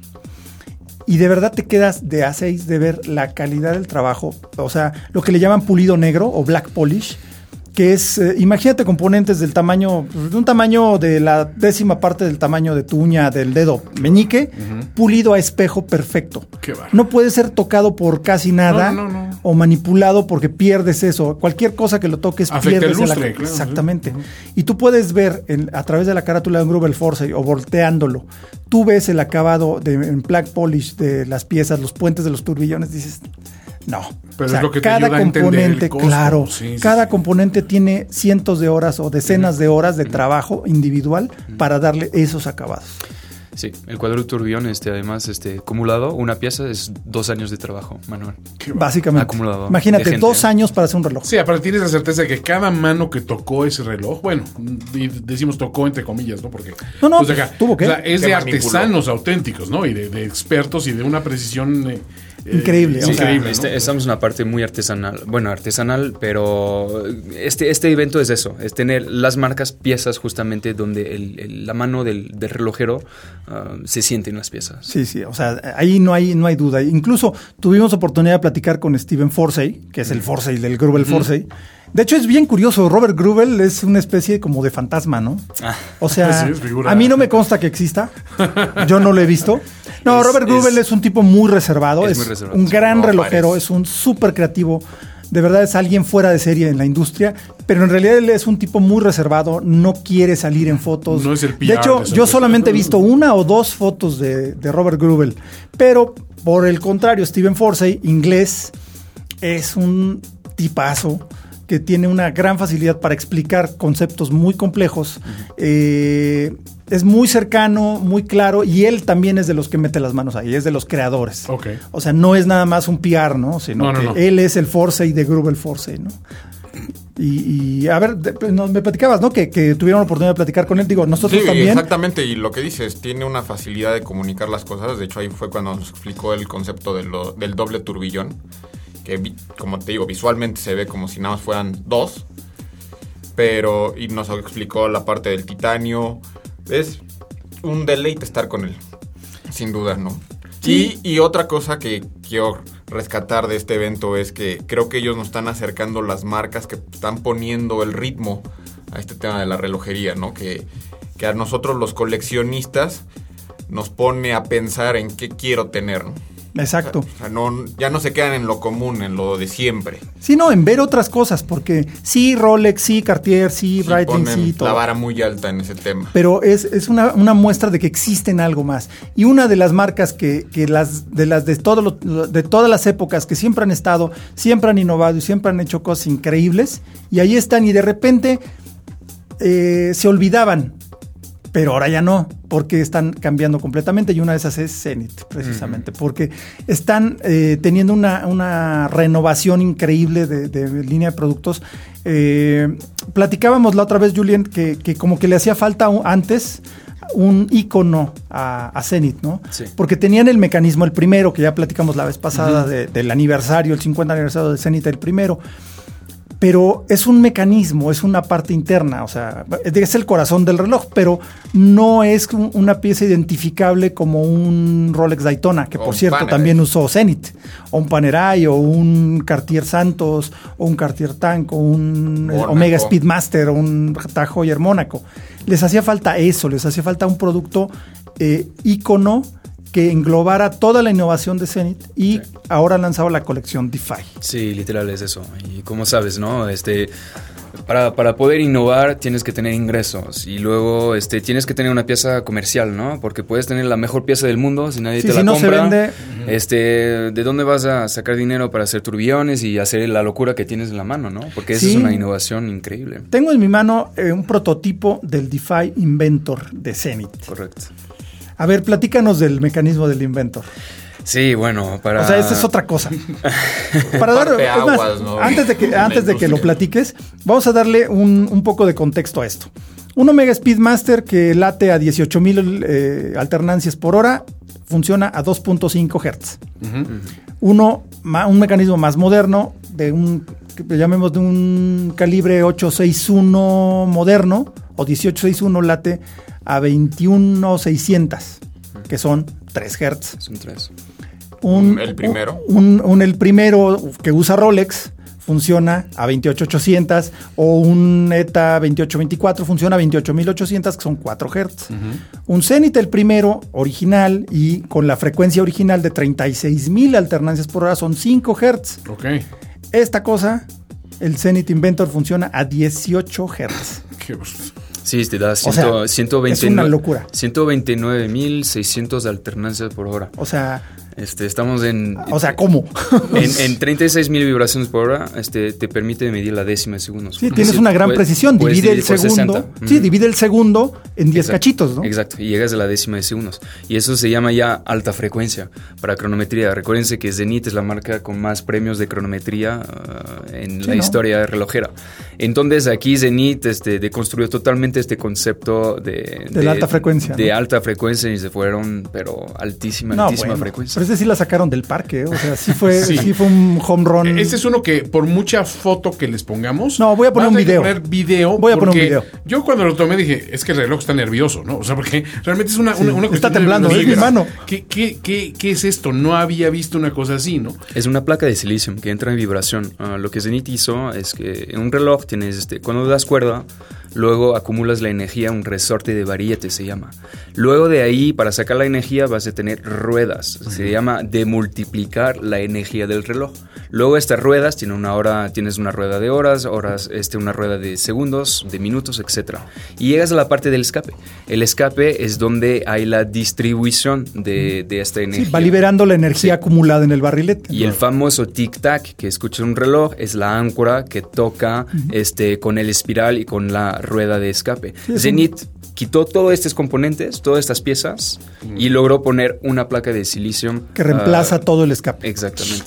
Y de verdad te quedas de a seis de ver la calidad del trabajo. O sea, lo que le llaman pulido negro o black polish. Que es, eh, imagínate componentes del tamaño, de un tamaño de la décima parte del tamaño de tu uña del dedo meñique, uh-huh. pulido a espejo perfecto. Qué bárbaro. No puede ser tocado por casi nada No, no, no. o manipulado porque pierdes eso. Cualquier cosa que lo toques Afecta pierdes el lustre, la... claro, Exactamente. sí. Uh-huh. Y tú puedes ver en, a través de la carátula de un Grover Force o volteándolo, tú ves el acabado de, en black polish de las piezas, los puentes de los turbillones, dices... No, pero o sea, es lo que te cada ayuda a entender componente, el costo. claro, Sí, sí, cada sí. componente tiene cientos de horas o decenas de horas de trabajo individual para darle esos acabados. Sí, el cuadro turbillón, este, además, este, acumulado, una pieza es dos años de trabajo manual. Básicamente. Acumulado. Imagínate, De gente, dos ¿eh? años para hacer un reloj. Sí, aparte tienes la certeza de que cada mano que tocó ese reloj, bueno, y decimos tocó entre comillas, ¿no? Porque No, no, pues, pues, tuvo que. o sea, es Que de manipuló. artesanos auténticos, ¿no? Y de, de expertos y de una precisión eh, Increíble, eh, o sea, increíble, ¿no? Este, estamos en una parte muy artesanal, bueno, artesanal, pero este, este evento es eso, es tener las marcas, piezas justamente donde el, el, la mano del, del relojero uh, se siente en las piezas. Sí, sí, o sea, ahí no hay, no hay duda. Incluso tuvimos oportunidad de platicar con Steven Forcey, que es el Forcey del Grover Forcey. De hecho, es bien curioso. Robert Grubel es una especie como de fantasma, ¿no? Ah. O sea, Sí, es figura. a mí no me consta que exista. Yo no lo he visto. No, Es- Robert Grubel es, es- es un tipo muy reservado. es Es, muy reservado, un sí. gran No relojero, parece. es un súper creativo. De verdad es alguien fuera de serie en la industria, pero en realidad él es un tipo muy reservado, no quiere salir en fotos. No es el P De R hecho, de esa yo empresa. solamente he visto una o dos fotos de, de Robert Grubel, pero por el contrario, Steven Forcey, inglés, es un tipazo que tiene una gran facilidad para explicar conceptos muy complejos. Uh-huh. eh, es muy cercano, muy claro, y él también es de los que mete las manos ahí, es de los creadores. Okay. O sea, no es nada más un P R, ¿no? Sino no, no, que no. él es el Forcey de Grubel Forcey, ¿no? Y, y a ver, de, no, me platicabas, ¿no? Que, que tuvieron la oportunidad de platicar con él. Digo, nosotros sí, también. Exactamente, y lo que dices, tiene una facilidad de comunicar las cosas. De hecho, ahí fue cuando nos explicó el concepto de lo, del doble turbillón. Que, como te digo, visualmente se ve como si nada más fueran dos. Pero, y nos explicó la parte del titanio. Es un deleite estar con él, sin duda, ¿no? Sí. Y, y otra cosa que quiero rescatar de este evento es que creo que ellos nos están acercando las marcas que están poniendo el ritmo a este tema de la relojería, ¿no? Que, que a nosotros los coleccionistas nos pone a pensar en qué quiero tener, ¿no? Exacto. O sea, no, ya no se quedan en lo común, en lo de siempre. Sí, no, en ver otras cosas, porque sí, Rolex, sí, Cartier, sí, Sí, Breitling, ponen sí, todo. la vara muy alta en ese tema. Pero es, es una, una muestra de que existen algo más. Y una de las marcas que, que las de las de todo lo, de todas las épocas que siempre han estado, siempre han innovado y siempre han hecho cosas increíbles, y ahí están, y de repente eh, se olvidaban. Pero ahora ya no, porque están cambiando completamente, y una de esas es Zenith, precisamente, uh-huh. porque están eh, teniendo una, una renovación increíble de, de línea de productos. Eh, platicábamos la otra vez, Julien, que, que como que le hacía falta un, antes un ícono a, a Zenith, ¿no? Sí. Porque tenían el mecanismo, el primero, que ya platicamos la vez pasada, uh-huh. de, del aniversario, el cincuenta aniversario de Zenith, el primero. Pero es un mecanismo, es una parte interna, o sea, es el corazón del reloj, pero no es una pieza identificable como un Rolex Daytona, que por cierto Panerai. También usó Zenith, o un Panerai, o un Cartier Santos, o un Cartier Tank, o un Mónaco. Omega Speedmaster, o un Tag Heuer Mónaco. Les hacía falta eso, les hacía falta un producto eh, ícono que englobara toda la innovación de Zenith y sí. ahora han lanzado la colección DeFi. Sí, literal es eso. Y como sabes, ¿no? Este, para, para poder innovar tienes que tener ingresos y luego este, tienes que tener una pieza comercial, ¿no? Porque puedes tener la mejor pieza del mundo si nadie sí, te si la no compra. Se vende, este, ¿de dónde vas a sacar dinero para hacer turbillones y hacer la locura que tienes en la mano, ¿no? Porque esa sí. es una innovación increíble. Tengo en mi mano eh, un prototipo del DeFi Inventor de Zenith. Correcto. A ver, platícanos del mecanismo del Inventor. Sí, bueno, para... O sea, esta es otra cosa. Para dar, es más, aguas, ¿no? antes de que, antes de que lo platiques, vamos a darle un, un poco de contexto a esto. Un Omega Speedmaster que late a dieciocho mil eh, alternancias por hora funciona a dos punto cinco hertz. Uh-huh. Uno, ma, un mecanismo más moderno, de un, que llamemos de un calibre ocho sesenta y uno moderno, o dieciocho sesenta y uno late a veintiuno seiscientos, que son tres hertz. Son tres. Un, el primero. Un, un, el primero que usa Rolex funciona a veintiocho mil ochocientos, o un E T A veintiocho veinticuatro funciona a veintiocho mil ochocientos, que son cuatro hertz. Uh-huh. Un Zenith, el primero, original, y con la frecuencia original de treinta y seis mil alternancias por hora, son cinco hertz. Ok. Esta cosa, el Zenith Inventor, funciona a dieciocho hertz. Qué Sí, te da cien, o sea, ciento veinte, es una locura. ciento veintinueve mil seiscientos alternancias por hora. O sea... Este, estamos en... O sea, ¿cómo? En, en treinta y seis mil vibraciones por hora este, te permite medir la décima de segundos. Sí, tienes una gran puedes, precisión. Puedes divide el segundo. sesenta. Sí, uh-huh. divide el segundo en diez Exacto, cachitos, ¿no? Exacto, y llegas a la décima de segundos. Y eso se llama ya alta frecuencia para cronometría. Recuérdense que Zenith es la marca con más premios de cronometría uh, en sí, la ¿no? historia relojera. Entonces aquí Zenith este, deconstruyó totalmente este concepto de... De, de la alta frecuencia. De ¿no? alta frecuencia y se fueron, pero altísima, no, altísima bueno, frecuencia. Pero ese sí la sacaron del parque, ¿eh? O sea, sí fue, sí. sí fue un home run. Este es uno que por mucha foto que les pongamos... No, voy a poner un video. Poner video. Voy a poner un video. Yo cuando lo tomé dije, es que el reloj está nervioso, ¿no? O sea, porque realmente es una, sí, una, una está temblando, es mi mano. ¿Qué, qué, qué, ¿Qué es esto? No había visto una cosa así, ¿no? Es una placa de silicio que entra en vibración. Uh, lo que Zenith hizo es que en un reloj tienes, este, cuando das cuerda, luego acumulas la energía, un resorte de varillete se llama. Luego de ahí, para sacar la energía, vas a tener ruedas. Uh-huh. Se llama demultiplicar la energía del reloj. Luego estas ruedas, tienen una hora, tienes una rueda de horas, horas este, una rueda de segundos, de minutos, etcétera. Y llegas a la parte del escape. El escape es donde hay la distribución de, de esta energía. Sí, va liberando la energía sí. acumulada en el barrilete. Y el famoso tic-tac que escucha un reloj es la áncora que toca uh-huh. este, con el espiral y con la rueda de escape. Sí, Zenith un... quitó todos estos componentes, todas estas piezas mm. y logró poner una placa de silicio que reemplaza uh, todo el escape. Exactamente.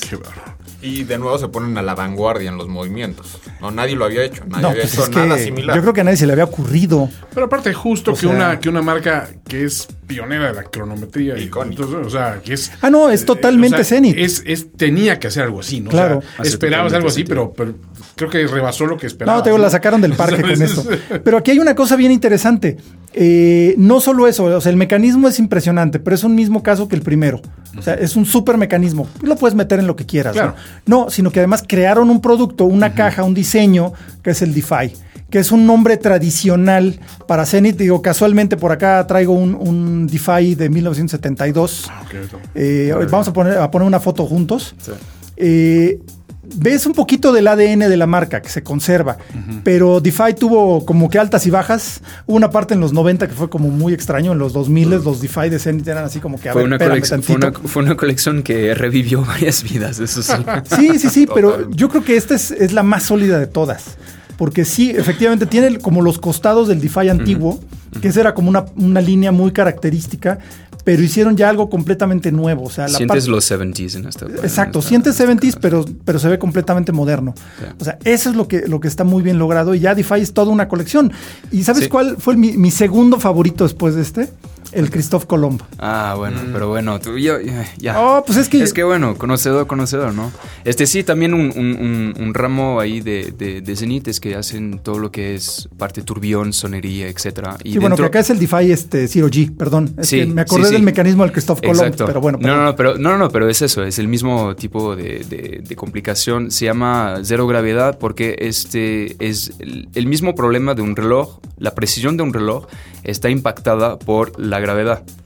Y de nuevo se ponen a la vanguardia en los movimientos. No, nadie lo había hecho. Nadie no, había pues hecho es nada que similar. Yo creo que a nadie se le había ocurrido. Pero aparte, justo o que, sea, una, que una marca que es pionera de la cronometría. Icónico. Entonces, o sea, que es. Ah, no, es totalmente eh, o sea, Zenith. Es, es, tenía que hacer algo así, ¿no? Claro. O sea, esperabas algo así, pero, pero creo que rebasó lo que esperabas. No, te digo, ¿no? La sacaron del parque con esto. Pero aquí hay una cosa bien interesante. Eh, no solo eso, o sea, el mecanismo es impresionante, pero es un mismo caso que el primero. O sea, es un súper mecanismo. Lo puedes meter en lo que quieras. Claro. ¿no? no, sino que además crearon un producto, una uh-huh. caja, un diseño, que es el DeFi, que es un nombre tradicional para Zenith. Digo, casualmente por acá traigo un, un DeFi de mil novecientos setenta y dos. Ah, okay, eh, vamos a poner, a poner una foto juntos. Sí. Eh, ves un poquito del A D N de la marca que se conserva, uh-huh. pero DeFi tuvo como que altas y bajas. Hubo una parte en los noventa que fue como muy extraño. En los dos mil uh-huh. los DeFi de Zenith eran así como que a fue, ver, una espérame colección, fue, una, tantito. fue una colección que revivió varias vidas, eso sí. Sí, sí, sí, pero yo creo que esta es, es la más sólida de todas. Porque sí, efectivamente, tiene como los costados del DeFi antiguo, uh-huh. que esa era como una, una línea muy característica, pero hicieron ya algo completamente nuevo. O sea, la sientes parte... los seventies en esta. Exacto, en esta, sientes esta seventies, pero, pero se ve completamente moderno. Sí. O sea, eso es lo que, lo que está muy bien logrado. Y ya DeFi es toda una colección. ¿Y sabes sí. cuál fue mi, mi segundo favorito después de este? El Christophe Colomb. Ah, bueno, mm. pero bueno, tú ya, ya. Oh, pues es que... Es que bueno, conocedor, conocedor, ¿no? Este sí, también un, un, un, un ramo ahí de, de, de Zenith es que hacen todo lo que es parte turbión, sonería, etcétera. Y sí, bueno, que acá es el DeFi este, Zero G, perdón. Es sí, que me acordé sí, sí. del mecanismo del Christophe Colomb, Exacto. pero bueno. No, no, no, pero, no, no, pero es eso, es el mismo tipo de, de, de complicación. Se llama cero gravedad porque este es el, el mismo problema de un reloj. La precisión de un reloj está impactada por la gravedad.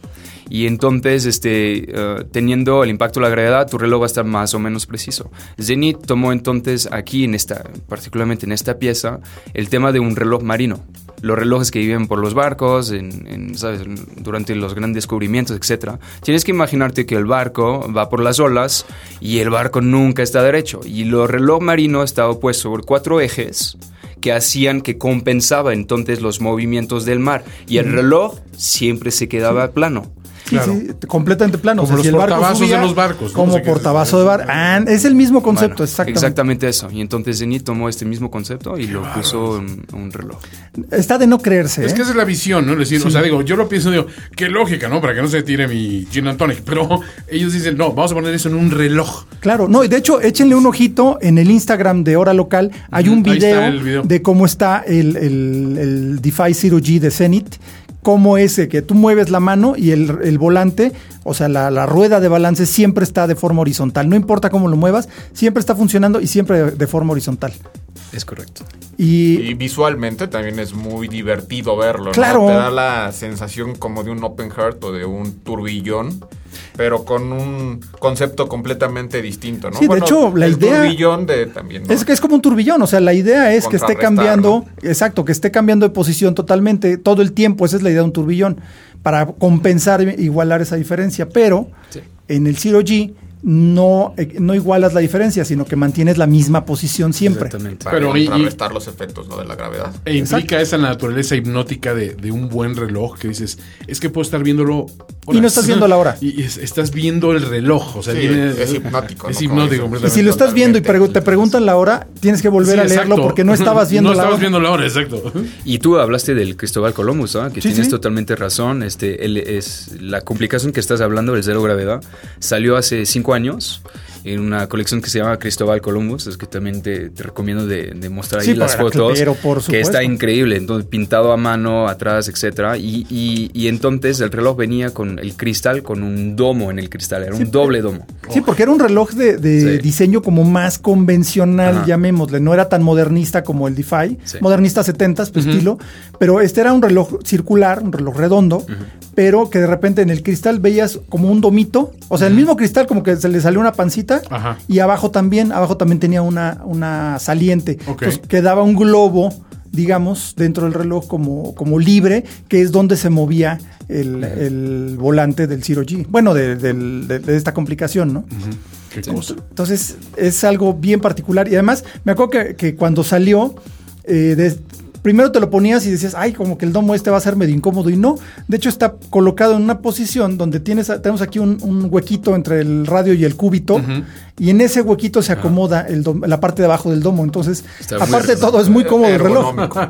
Y entonces, este, uh, teniendo el impacto de la gravedad, tu reloj va a estar más o menos preciso. Zenith tomó entonces aquí, en esta, particularmente en esta pieza, el tema de un reloj marino. Los relojes que viven por los barcos, en, en, ¿sabes? Durante los grandes descubrimientos, etcétera. Tienes que imaginarte que el barco va por las olas y el barco nunca está derecho. Y el reloj marino estaba puesto sobre cuatro ejes que hacían que compensaba entonces los movimientos del mar. Y el reloj siempre se quedaba plano. Sí, claro. sí, completamente plano. Como o sea, los si el barco portavasos subía, de los barcos. ¿no? Como O sea, portavasos de barco. Ah, es el mismo concepto, bueno, exactamente. Exactamente eso. Y entonces Zenith tomó este mismo concepto y lo wow. puso en un reloj. Está de no creerse. Es ¿eh? que esa es la visión, ¿no? Es decir, Sí. o sea, digo, yo lo pienso, digo, qué lógica, ¿no? Para que no se tire mi gin and tonic. Pero ellos dicen, no, vamos a poner eso en un reloj. Claro, no, y de hecho, échenle un ojito en el Instagram de Hora Local. Hay un video, video. de cómo está el, el, el DeFi Zero G de Zenith. Como ese que tú mueves la mano y el, el volante, o sea, la, la rueda de balance siempre está de forma horizontal. No importa cómo lo muevas, siempre está funcionando y siempre de, de forma horizontal. Es correcto. Y, y visualmente también es muy divertido verlo, claro. ¿no? Te da la sensación como de un open heart o de un turbillón, pero con un concepto completamente distinto, ¿no? Sí, bueno, de hecho, la el idea... turbillón de también, ¿no? Es que es como un turbillón, o sea, la idea es que esté cambiando, ¿no? Exacto, que esté cambiando de posición totalmente todo el tiempo, esa es la idea de un turbillón, para compensar, igualar esa diferencia, pero sí. en el Zero G no, no igualas la diferencia, sino que mantienes la misma posición siempre. Para pero contrarrestar y, los efectos, ¿no? de la gravedad. E implica Exacto. esa naturaleza hipnótica de, de un buen reloj que dices, es que puedo estar viéndolo horas. Y no estás viendo la hora. Y es, estás viendo el reloj. O sea, sí, viene, es hipnótico. Es ¿no? hipnótico. Y si lo estás viendo y pregu- te preguntan la hora, tienes que volver sí, a leerlo exacto. porque no estabas viendo no la hora. No estabas viendo la hora, exacto. Y tú hablaste del Cristóbal Columbus, ¿no? Que sí, tienes sí. totalmente razón. Este, él es la complicación que estás hablando del cero gravedad. Salió hace cinco años en una colección que se llama Cristóbal Columbus, es que también te, te recomiendo de, de mostrar ahí sí, las fotos, pero por que está increíble, entonces pintado a mano, atrás, etcétera, y, y, y entonces el reloj venía con el cristal, con un domo en el cristal, era sí, un doble domo. Sí, porque era un reloj de, de sí. diseño como más convencional, Ajá. llamémosle, no era tan modernista como el DeFi, sí. modernista setentas, tu uh-huh. estilo, pero este era un reloj circular, un reloj redondo, uh-huh. pero que de repente en el cristal veías como un domito, o sea, uh-huh. el mismo cristal como que se le salió una pancita, Ajá. y abajo también, abajo también tenía una, una saliente. Okay. Entonces quedaba un globo, digamos, dentro del reloj como, como libre, que es donde se movía el, uh-huh. el volante del Zero G. Bueno, de, de, de, de esta complicación, ¿no? Uh-huh. Qué cosa. Entonces es algo bien particular. Y además, me acuerdo que, que cuando salió, eh, de, primero te lo ponías y decías, ay, como que el domo este va a ser medio incómodo, y no. De hecho, está colocado en una posición donde tienes, tenemos aquí un, un huequito entre el radio y el cúbito, uh-huh. y en ese huequito se acomoda el dom- la parte de abajo del domo. Entonces, está aparte de todo, es muy cómodo el reloj.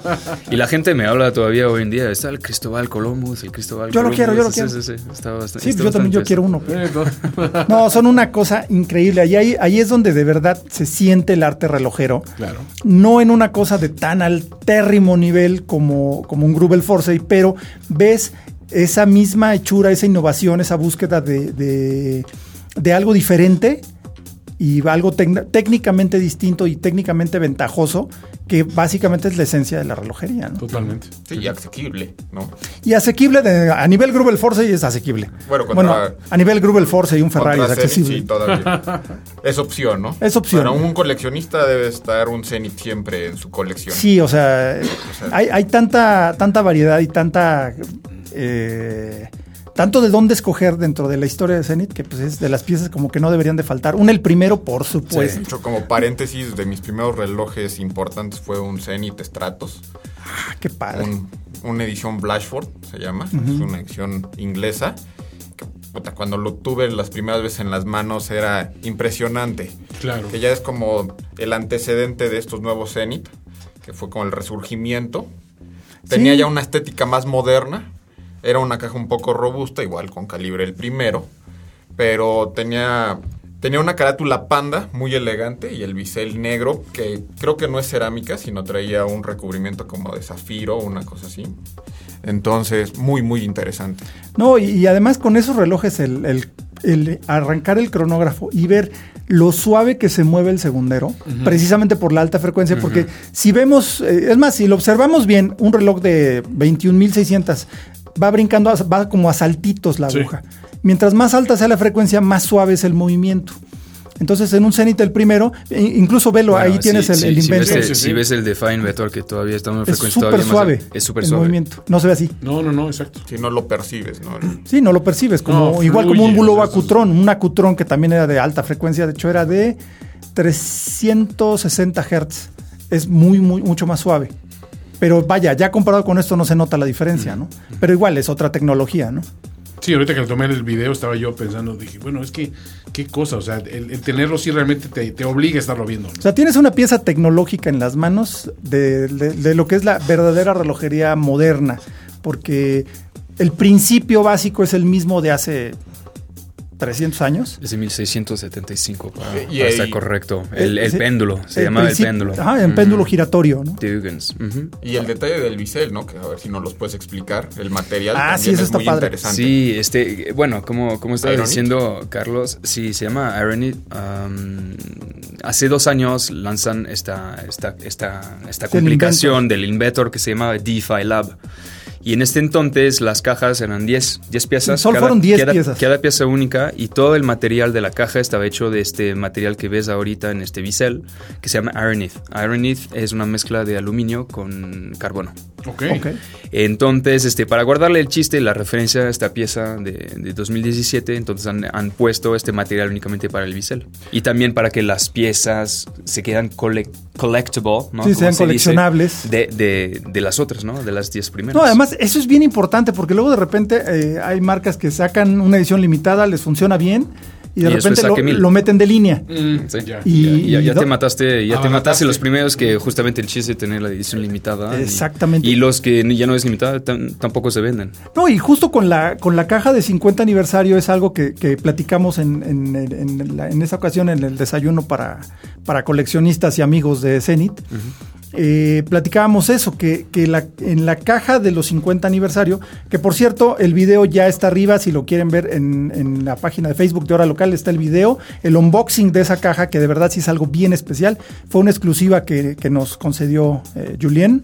Y la gente me habla todavía hoy en día, está el Cristóbal Columbus, el Cristóbal Yo Columbus. lo quiero, yo lo quiero. Sí, sí, sí, está bastante, sí está yo también yo quiero uno. No, son una cosa increíble. Ahí, ahí, ahí es donde de verdad se siente el arte relojero. Claro. No en una cosa de tan altérrimo nivel como Como, como un Grubel Forsey, pero ves esa misma hechura, esa innovación, esa búsqueda de, de, de algo diferente y algo tec- técnicamente distinto y técnicamente ventajoso, que básicamente es la esencia de la relojería, ¿no? Totalmente. Sí, y asequible, ¿no? Y asequible, de, a nivel Grubel Forsey es asequible. Bueno, bueno a nivel Grubel Forsey un Ferrari es accesible. Zenith, sí, todavía. Es opción, ¿no? Es opción. Para un coleccionista debe estar un Zenith siempre en su colección. Sí, o sea, o sea hay, hay tanta, tanta variedad y tanta... Eh, tanto de dónde escoger dentro de la historia de Zenith, que pues es de las piezas como que no deberían de faltar. Un el primero, por supuesto. Sí, de hecho, como paréntesis, de mis primeros relojes importantes fue un Zenith Stratos. Ah, qué padre. Un, una edición Blashford, se llama. Uh-huh. Es una edición inglesa. Que, puta, cuando lo tuve las primeras veces en las manos era impresionante. Claro. Que ya es como el antecedente de estos nuevos Zenith, que fue como el resurgimiento. Tenía sí. ya una estética más moderna. Era una caja un poco robusta, igual con calibre el primero, pero tenía, tenía una carátula panda muy elegante y el bisel negro, que creo que no es cerámica, sino traía un recubrimiento como de zafiro, una cosa así. Entonces, muy, muy interesante. No, y, y además con esos relojes, el, el, el arrancar el cronógrafo y ver lo suave que se mueve el segundero, uh-huh. precisamente por la alta frecuencia, uh-huh. porque si vemos, eh, es más, si lo observamos bien, un reloj de veintiún mil seiscientos va brincando, va como a saltitos la Sí. aguja. Mientras más alta sea la frecuencia, más suave es el movimiento. Entonces, en un Zenith el primero, incluso velo, Bueno, ahí sí, tienes el, sí, el si invento. ves el, Sí, sí, si sí. ves el Define Vetor, que todavía está en una Es frecuencia súper todavía suave. más... Es súper el suave. movimiento. No se ve así. No, no, no, exacto. Si no lo percibes, ¿no? Sí, no lo percibes. Como, No, igual fluye, como un Bulova o sea, Qutron. Un Qutron que también era de alta frecuencia. De hecho, era de trescientos sesenta hertz. Es muy, muy, mucho más suave. Pero vaya, ya comparado con esto no se nota la diferencia, ¿no? Pero igual es otra tecnología, ¿no? Sí, ahorita que le tomé el video estaba yo pensando, dije, bueno, es que, qué cosa, o sea, el, el tenerlo sí realmente te, te obliga a estarlo viendo, ¿no? O sea, tienes una pieza tecnológica en las manos de, de, de lo que es la verdadera relojería moderna, porque el principio básico es el mismo de hace trescientos años. Es de mil seiscientos setenta y cinco, para, Y para ahí- estar correcto. El, el Sí, péndulo, se el llamaba el principio- péndulo. Ajá, el péndulo giratorio, ¿no? De Huygens. Ujú. Y el detalle del bisel, ¿no? Que a ver si nos los puedes explicar. El material Ah, también sí, eso es está muy padre. interesante. Sí, este, bueno, como, como estaba Ironit. diciendo Carlos, sí, se llama Ironit. Um, hace dos años lanzan esta, esta, esta, esta El complicación del Inventor que se llama DeFi Lab. Y en este entonces las cajas eran diez piezas. Solo cada, fueron diez cada- piezas. Cada pieza única, y todo el material de la caja estaba hecho de este material que ves ahorita en este bisel, que se llama Ironit. Ironit es una mezcla de aluminio con carbono. Ok. Ok. Entonces, este, para guardarle el chiste, la referencia a esta pieza de, de dos mil diecisiete, entonces han, han puesto este material únicamente para el bisel. Y también para que las piezas se quedan collect- collectible, ¿no? Sí, Como sean se dice, coleccionables. de, de, de las otras, ¿no? De las diez primeras. No, además, eso es bien importante porque luego de repente eh, hay marcas que sacan una edición limitada, les funciona bien y de Y después repente lo, saque mil. lo meten de línea. Mm, Sí. ya. Y- ya, ya- ya y- te mataste, ya te Abarataste. mataste los primeros, que justamente el chiste de tener la edición limitada. y- Exactamente. Y, los que ya no es limitada tam- tampoco se venden. No, y justo con la, con la caja de cincuenta aniversario es algo que, que platicamos en, en, en, la- en esa ocasión en el desayuno para, para coleccionistas y amigos de Zenith. Eh, platicábamos eso, que, que la, en la caja de los cincuenta aniversario, que por cierto, el video ya está arriba, si lo quieren ver en, en la página de Facebook de Hora Local está el video, el unboxing de esa caja, que de verdad sí es algo bien especial, fue una exclusiva que, que nos concedió eh, Julien,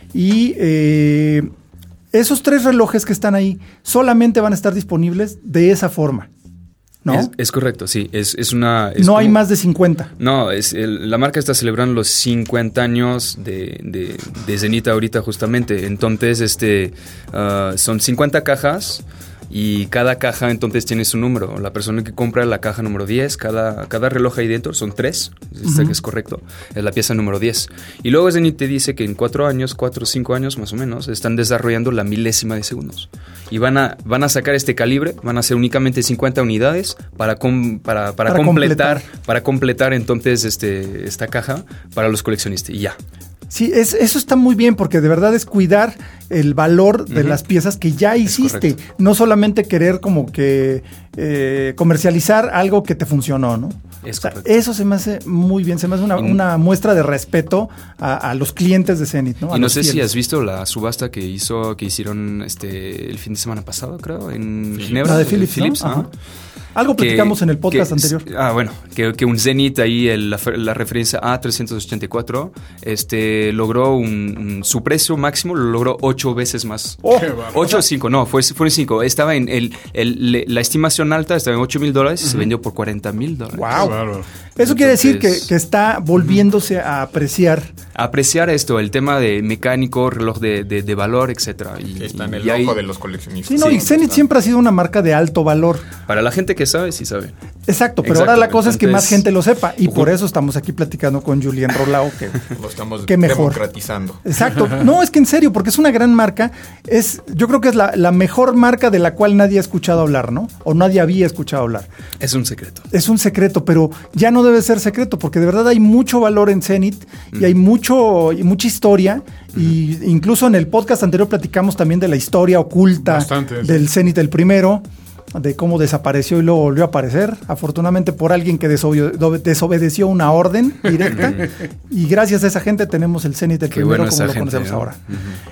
y eh, esos tres relojes que están ahí solamente van a estar disponibles de esa forma, ¿no? Es, es correcto, sí. Es, es una. es No hay como- más de cincuenta. No, es el- la marca está celebrando los cincuenta años de, de, de Zenith ahorita justamente. Entonces, este, ah, son cincuenta cajas y cada caja entonces tiene su número. La persona que compra la caja número diez, cada, cada reloj ahí dentro son tres, este que es correcto, es la pieza número diez. Y luego Zenith te dice que en cuatro años, cuatro o cinco años más o menos, están desarrollando la milésima de segundos. Y van a, van a sacar este calibre, van a hacer únicamente cincuenta unidades para, com- para, para, Para completar, completar. para completar entonces este, esta caja para los coleccionistas. Y ya. Sí, es, eso está muy bien porque de verdad es cuidar el valor de Ujú. las piezas que ya hiciste, correcto. no solamente querer como que eh, comercializar algo que te funcionó, ¿no? Es O sea, correcto. eso se me hace muy bien, se me hace una, Y- una muestra de respeto a, a los clientes de Zenith, ¿no? A Y no los sé si fieles. has visto la subasta que hizo, que hicieron este el fin de semana pasado, creo, en Sí. Ginebra. La de Philips, ¿no? ajá. Ajá. Algo Que- platicamos en el podcast que- anterior. Ah, bueno, que, que un Zenith ahí, el- la, fer- la referencia A trescientos ochenta y cuatro, este, logró un, un- su precio máximo lo logró ocho veces más. Oh, Qué bárbaro. ocho o cinco, no, fue, fueron cinco. Estaba en el, el- le- la estimación alta estaba en ocho mil dólares y se vendió por cuarenta mil dólares. Wow. Qué bárbaro. Eso quiere decir que, Entonces- que está volviéndose a apreciar. Apreciar esto, el tema de mecánico, reloj de, de- de valor, etcétera. Y, Que está en y el ahí- ojo de los coleccionistas. Sí, no, y Zenith Está. siempre ha sido una marca de alto valor. Para la gente que sabe, sí sabe. Exacto, pero Exacto, ahora la cosa es que más entonces- gente lo sepa y Ujú. por eso estamos aquí platicando con Julien Rolao, que Lo estamos Qué mejor. democratizando. exacto. No, es que en serio, porque es una gran marca. Es, yo creo que es la, la mejor marca de la cual nadie ha escuchado hablar, ¿no? O nadie había escuchado hablar. Es un secreto. Es un secreto, pero ya no debe ser secreto, porque de verdad hay mucho valor en Zenith y hay mucho y mucha historia. Y incluso en el podcast anterior platicamos también de la historia oculta Bastante, sí. del Zenith el primero, de cómo desapareció y luego volvió a aparecer, afortunadamente por alguien que desobe- do- desobedeció una orden directa. Y gracias a esa gente tenemos el Zenith el Qué primero bueno como esa lo gente, conocemos ¿no? ahora.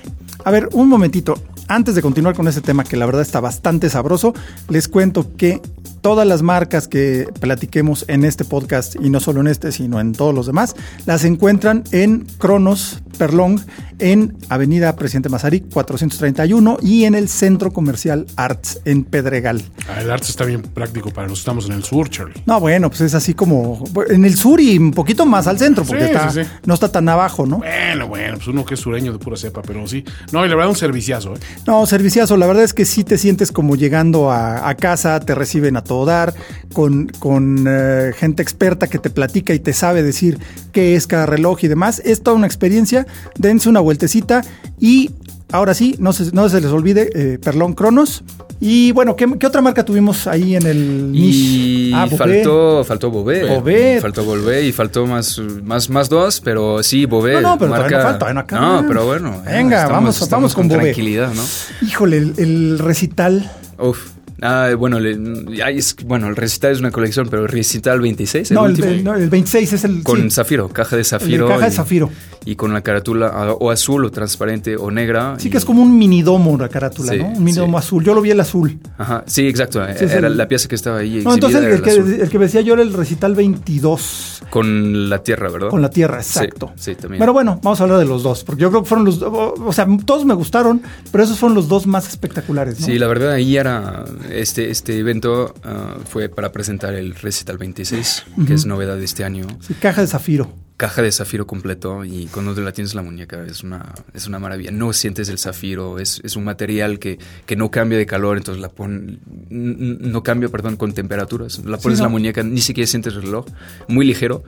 A ver, un momentito. Antes de continuar con este tema, que la verdad está bastante sabroso, les cuento que todas las marcas que platiquemos en este podcast, y no solo en este, sino en todos los demás, las encuentran en cronos Perlong en Avenida Presidente Mazarik cuatrocientos treinta y uno y en el Centro Comercial Arts en Pedregal. Ah, el Arts está bien práctico para nosotros, estamos en el sur, Charlie. No, bueno, pues es así como en el sur y un poquito más al centro, porque Sí, está, sí, sí. no está tan abajo, ¿no? Bueno, bueno, pues uno que es sureño de pura cepa, pero sí. No, y la verdad un serviciazo, ¿eh? No, serviciazo, la verdad es que sí te sientes como llegando a, a casa, te reciben a todo dar, con, con eh, gente experta que te platica y te sabe decir qué es cada reloj y demás. Es toda una experiencia, dense una vueltecita y ahora sí, no se, no se les olvide eh, Perlong Cronos. Y bueno, ¿qué, ¿qué otra marca tuvimos ahí en el Y ah, faltó, faltó Bovet. Bovet. Faltó Bovet y faltó más, más, más dos, pero sí, Bovet. No, no, pero marca... todavía no falta, todavía no acaba. No, pero bueno. Venga, estamos, vamos, estamos vamos con, con Bovet. tranquilidad, ¿no? Híjole, el, el recital. Uf. Ah, bueno, le, ay, es, bueno, el recital es una colección, pero el recital veintiséis, el No, el, último. el, no, el veintiséis es el... Con sí. zafiro, caja de zafiro. El de caja de y- zafiro. Y con la carátula ah, o azul o transparente o negra. Sí, y- que es como un minidomo la carátula, Sí, ¿no? Un minidomo sí. azul. Yo lo vi el azul. Ajá, sí, exacto. Sí, es era el- la pieza que estaba ahí No, exhibida. entonces el, era el que, azul. el que decía yo era el recital veintidós. Con la tierra, ¿verdad? Con la tierra, exacto. Sí, sí, también. Pero bueno, vamos a hablar de los dos, porque yo creo que fueron los... O, o sea, todos me gustaron, pero esos fueron los dos más espectaculares, ¿no? Sí, la verdad ahí era, este, este evento ah, fue para presentar el Recital veintiséis, que es novedad de este año. Sí, caja de zafiro. Caja de zafiro completo y cuando te la tienes en la muñeca es una, es una maravilla. No sientes el zafiro, es, es un material que, que no cambia de calor, entonces la pon, n- no cambia, perdón, con temperaturas. La pones Sí, en no. la muñeca, ni siquiera sientes el reloj, muy ligero.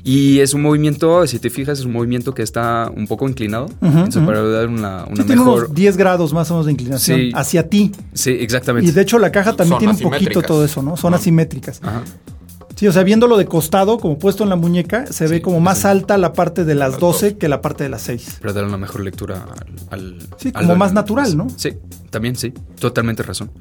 Y es un movimiento, si te fijas, es un movimiento que está un poco inclinado, Ujú, entonces ujú. para dar una, una Sí, tiene mejor... unos diez grados más o menos de inclinación Sí. hacia ti. Sí, exactamente. Y de hecho la caja también Son tiene un poquito asimétricas. todo eso, ¿no? Son Ah. asimétricas. Ajá. Sí, o sea, viéndolo de costado, como puesto en la muñeca, se ve como más sí. alta la parte de las Las doce dos. que la parte de las seis. Para dar una mejor lectura al... al Sí, al- como más natural, ¿no? Sí, también sí, totalmente razón.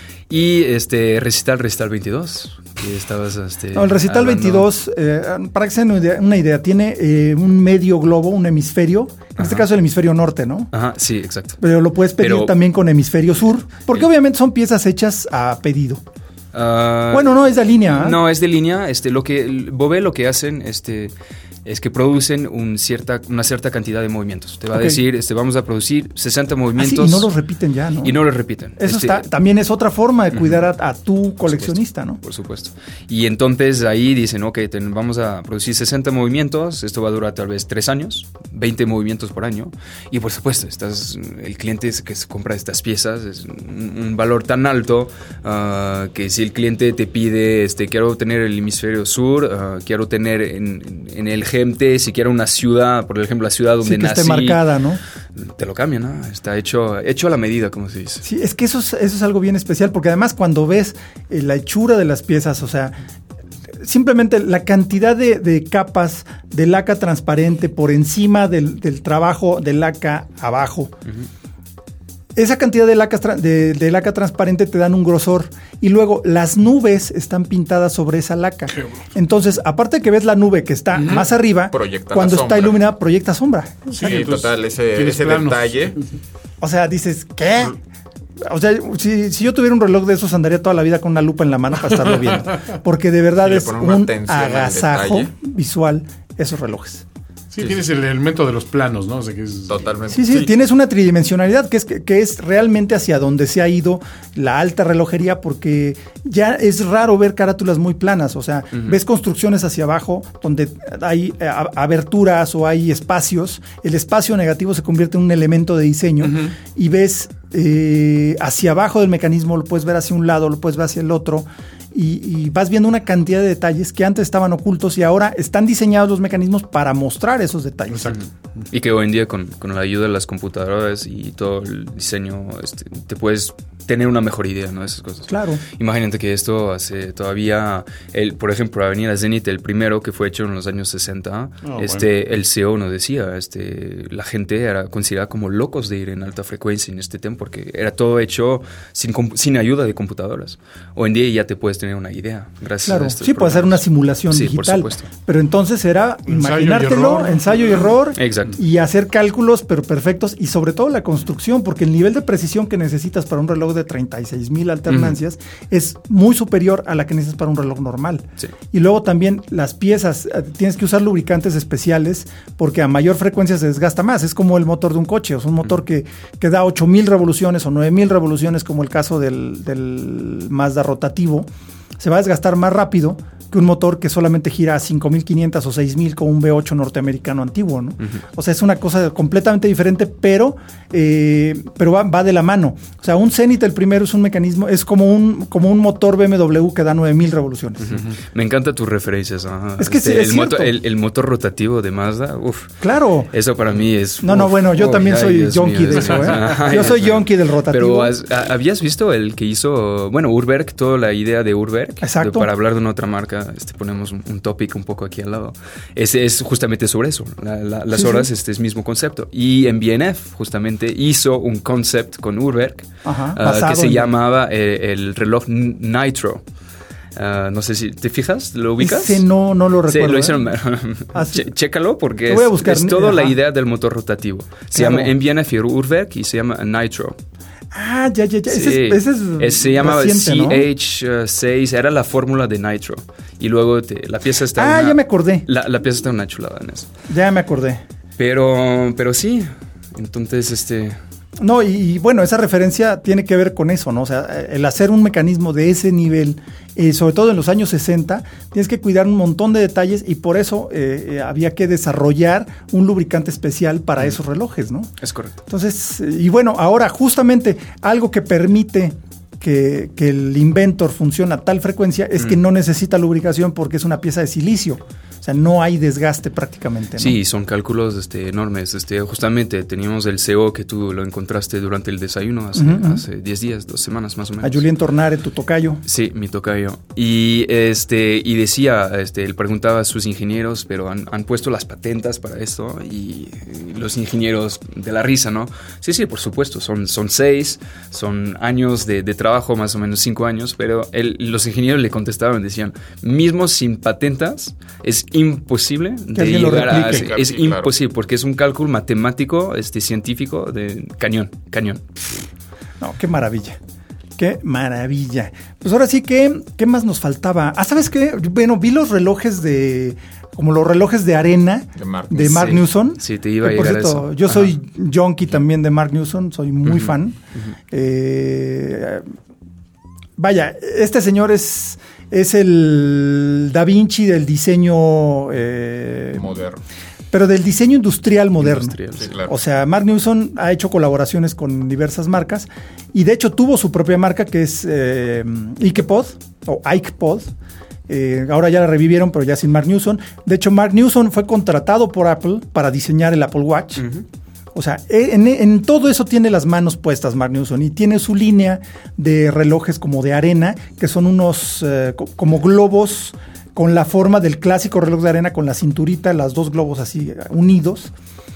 Y este recital, recital veintidós, que estabas... Este, No, el recital hablando. veintidós, eh, para que se den una idea, una idea, tiene eh, un medio globo, un hemisferio, en este Ajá. caso el hemisferio norte, ¿no? Ajá, sí, exacto. Pero lo puedes pedir Pero- también con hemisferio sur, porque El- obviamente son piezas hechas a pedido. Ah, Bueno, no, es de línea. ¿eh? No, es de línea. Este, lo que el Bovet lo que hacen, este, es que producen un cierta, una cierta cantidad de movimientos. Te va Ok. a decir, este, vamos a producir sesenta Ah, sí, movimientos. y no los repiten ya, ¿no? y no los repiten. Eso Este, está, también es otra forma de cuidar a, a tu coleccionista, ¿no? Por supuesto. Y entonces ahí dicen, ok, ten- vamos a producir sesenta movimientos, esto va a durar tal vez tres años, veinte movimientos por año. Y por supuesto, estás, el cliente es- que se compra estas piezas es un, un valor tan alto ah, que si el cliente te pide, este, quiero tener el hemisferio sur, ah, quiero tener en, en el G M T, si quiero una ciudad, por ejemplo, la ciudad donde Sí, que nací, esté marcada, ¿no? te lo cambian, ¿no? Está hecho, hecho a la medida, como se dice. Sí, es que eso es, eso es algo bien especial, porque además cuando ves eh, la hechura de las piezas, o sea, simplemente la cantidad de, de capas de laca transparente por encima del, del trabajo de laca abajo. Esa cantidad de laca, tra- de, de laca transparente te dan un grosor y luego las nubes están pintadas sobre esa laca. Qué bueno. Entonces, aparte de que ves la nube que está más arriba, Proyecta cuando la está sombra. iluminada proyecta sombra. Sí, entonces, total, ese, tienes ese planos. detalle. O sea, dices, ¿qué? O sea, si, si yo tuviera un reloj de esos, andaría toda la vida con una lupa en la mano para estarlo viendo. Porque de verdad Sí, le es ponen una un atención al agasajo detalle. visual esos relojes. Sí, tienes el elemento de los planos, ¿no? O sea, que es, Totalmente. Sí, sí, tienes una tridimensionalidad que es, que, que es realmente hacia donde se ha ido la alta relojería, porque ya es raro ver carátulas muy planas. O sea, ves construcciones hacia abajo donde hay eh, a- aberturas o hay espacios. El espacio negativo se convierte en un elemento de diseño y ves eh, hacia abajo del mecanismo, lo puedes ver hacia un lado, lo puedes ver hacia el otro. Y, y vas viendo una cantidad de detalles que antes estaban ocultos y ahora están diseñados los mecanismos para mostrar esos detalles. Exacto. Y que hoy en día con, con la ayuda de las computadoras y todo el diseño, este, te puedes tener una mejor idea, ¿no? De esas cosas. Claro. Imagínate que esto hace todavía, el, por ejemplo, Avenida Zenith, el primero que fue hecho en los años sesenta, Oh, este, bueno. el C E O nos decía, este, la gente era considerada como locos de ir en alta frecuencia en este tiempo porque era todo hecho sin, compu- sin ayuda de computadoras. Hoy en día ya te puedes tener una idea. Gracias claro, a estos sí, puede hacer una simulación sí, digital. por supuesto. Pero entonces era Ensayo imaginártelo, y error. ensayo y error. Exacto. Y hacer cálculos, pero perfectos. Y sobre todo la construcción, porque el nivel de precisión que necesitas para un reloj de treinta y seis mil alternancias uh-huh. es muy superior a la que necesitas para un reloj normal. Sí. Y luego también las piezas, tienes que usar lubricantes especiales porque a mayor frecuencia se desgasta más. Es como el motor de un coche, o sea, un motor uh-huh. que, que da ocho mil revoluciones o nueve mil revoluciones, como el caso del, del Mazda rotativo. Se va a desgastar más rápido que un motor que solamente gira a cinco mil quinientos o seis mil con un V ocho norteamericano antiguo, ¿no? Uh-huh. O sea, es una cosa completamente diferente, pero, eh, pero va, va de la mano. O sea, un Zenith, el primero, es un mecanismo, es como un, como un motor B M W que da nueve mil revoluciones. Uh-huh. Me encantan tus referencias. Ajá. Es que este, sí, es el, motor, cierto. el, el motor rotativo de Mazda, uff. Claro. Eso para mí es... No, uf, no, bueno, yo oh, también ay, soy Dios junkie mío, de eso, ¿eh? Ay, yo soy junkie del rotativo. Pero has, ¿habías visto el que hizo, bueno, Urberg, toda la idea de Urberg? Exacto. De, para hablar de una otra marca, este, ponemos un, un topic un poco aquí al lado. Es, es justamente sobre eso. La, la, las sí, horas, sí. este es mismo concepto. Y en B N F, justamente, hizo un concept con Urberg uh, que se en... llamaba eh, el reloj Nitro. Uh, no sé si te fijas, ¿lo ubicas? Ese no, no lo recuerdo. Sí, lo hicieron. ¿eh? ah, sí. Chécalo porque voy a buscar. es, es toda la idea del motor rotativo. Se claro. llama en B N F Urberg y se llama Nitro. Ah, ya, ya, ya. Sí. Ese es, ese es es, se llamaba C H seis, era la fórmula de Nitro. Y luego te, la pieza está... Ah, una, ya me acordé. La, la pieza está una chulada en eso. Ya me acordé. Pero, pero sí, entonces este... No, y, y bueno, esa referencia tiene que ver con eso, ¿no? O sea, el hacer un mecanismo de ese nivel, eh, sobre todo en los años sesenta, tienes que cuidar un montón de detalles y por eso eh, eh, había que desarrollar un lubricante especial para mm. esos relojes, ¿no? Es correcto. Entonces, y bueno, ahora justamente algo que permite que, que el Inventor funcione a tal frecuencia es mm. que no necesita lubricación porque es una pieza de silicio. O sea, no hay desgaste prácticamente, ¿no? Sí, son cálculos este, enormes. Este, justamente teníamos el C O que tú lo encontraste durante el desayuno hace uh-huh. hace diez días, dos semanas más o menos. A Julián Tornare, tu tocayo. Sí, mi tocayo. Y este y decía, este, él preguntaba a sus ingenieros, pero han, han puesto las patentes para esto y, y los ingenieros de la risa, ¿no? Sí, sí, por supuesto, son, son seis, son años de, de trabajo, más o menos cinco años, pero él, los ingenieros le contestaban, decían, mismo sin patentes, es imposible de llegar a... Es, es sí, imposible, claro. Porque es un cálculo matemático, este, científico, de cañón, cañón. No, qué maravilla. Qué maravilla. Pues ahora sí, ¿qué, qué más nos faltaba? Ah, ¿sabes qué? Bueno, vi los relojes de... Como los relojes de arena de Mark, de Mark sí, Newson. Sí, te iba a llegar por cierto, a eso. Yo Ajá. soy junkie también de Mark Newson, soy muy uh-huh, fan. Uh-huh. Eh, vaya, este señor es... Es el Da Vinci del diseño... Eh, moderno. Pero del diseño industrial moderno. Industrial, sí, claro. O sea, Mark Newson ha hecho colaboraciones con diversas marcas y de hecho tuvo su propia marca que es eh, Ikepod o Ikepod. Eh, ahora ya la revivieron, pero ya sin Mark Newson. De hecho, Mark Newson fue contratado por Apple para diseñar el Apple Watch. Uh-huh. O sea, en, en todo eso tiene las manos puestas Mark Newson y tiene su línea de relojes como de arena, que son unos eh, como globos con la forma del clásico reloj de arena con la cinturita, las dos globos así unidos.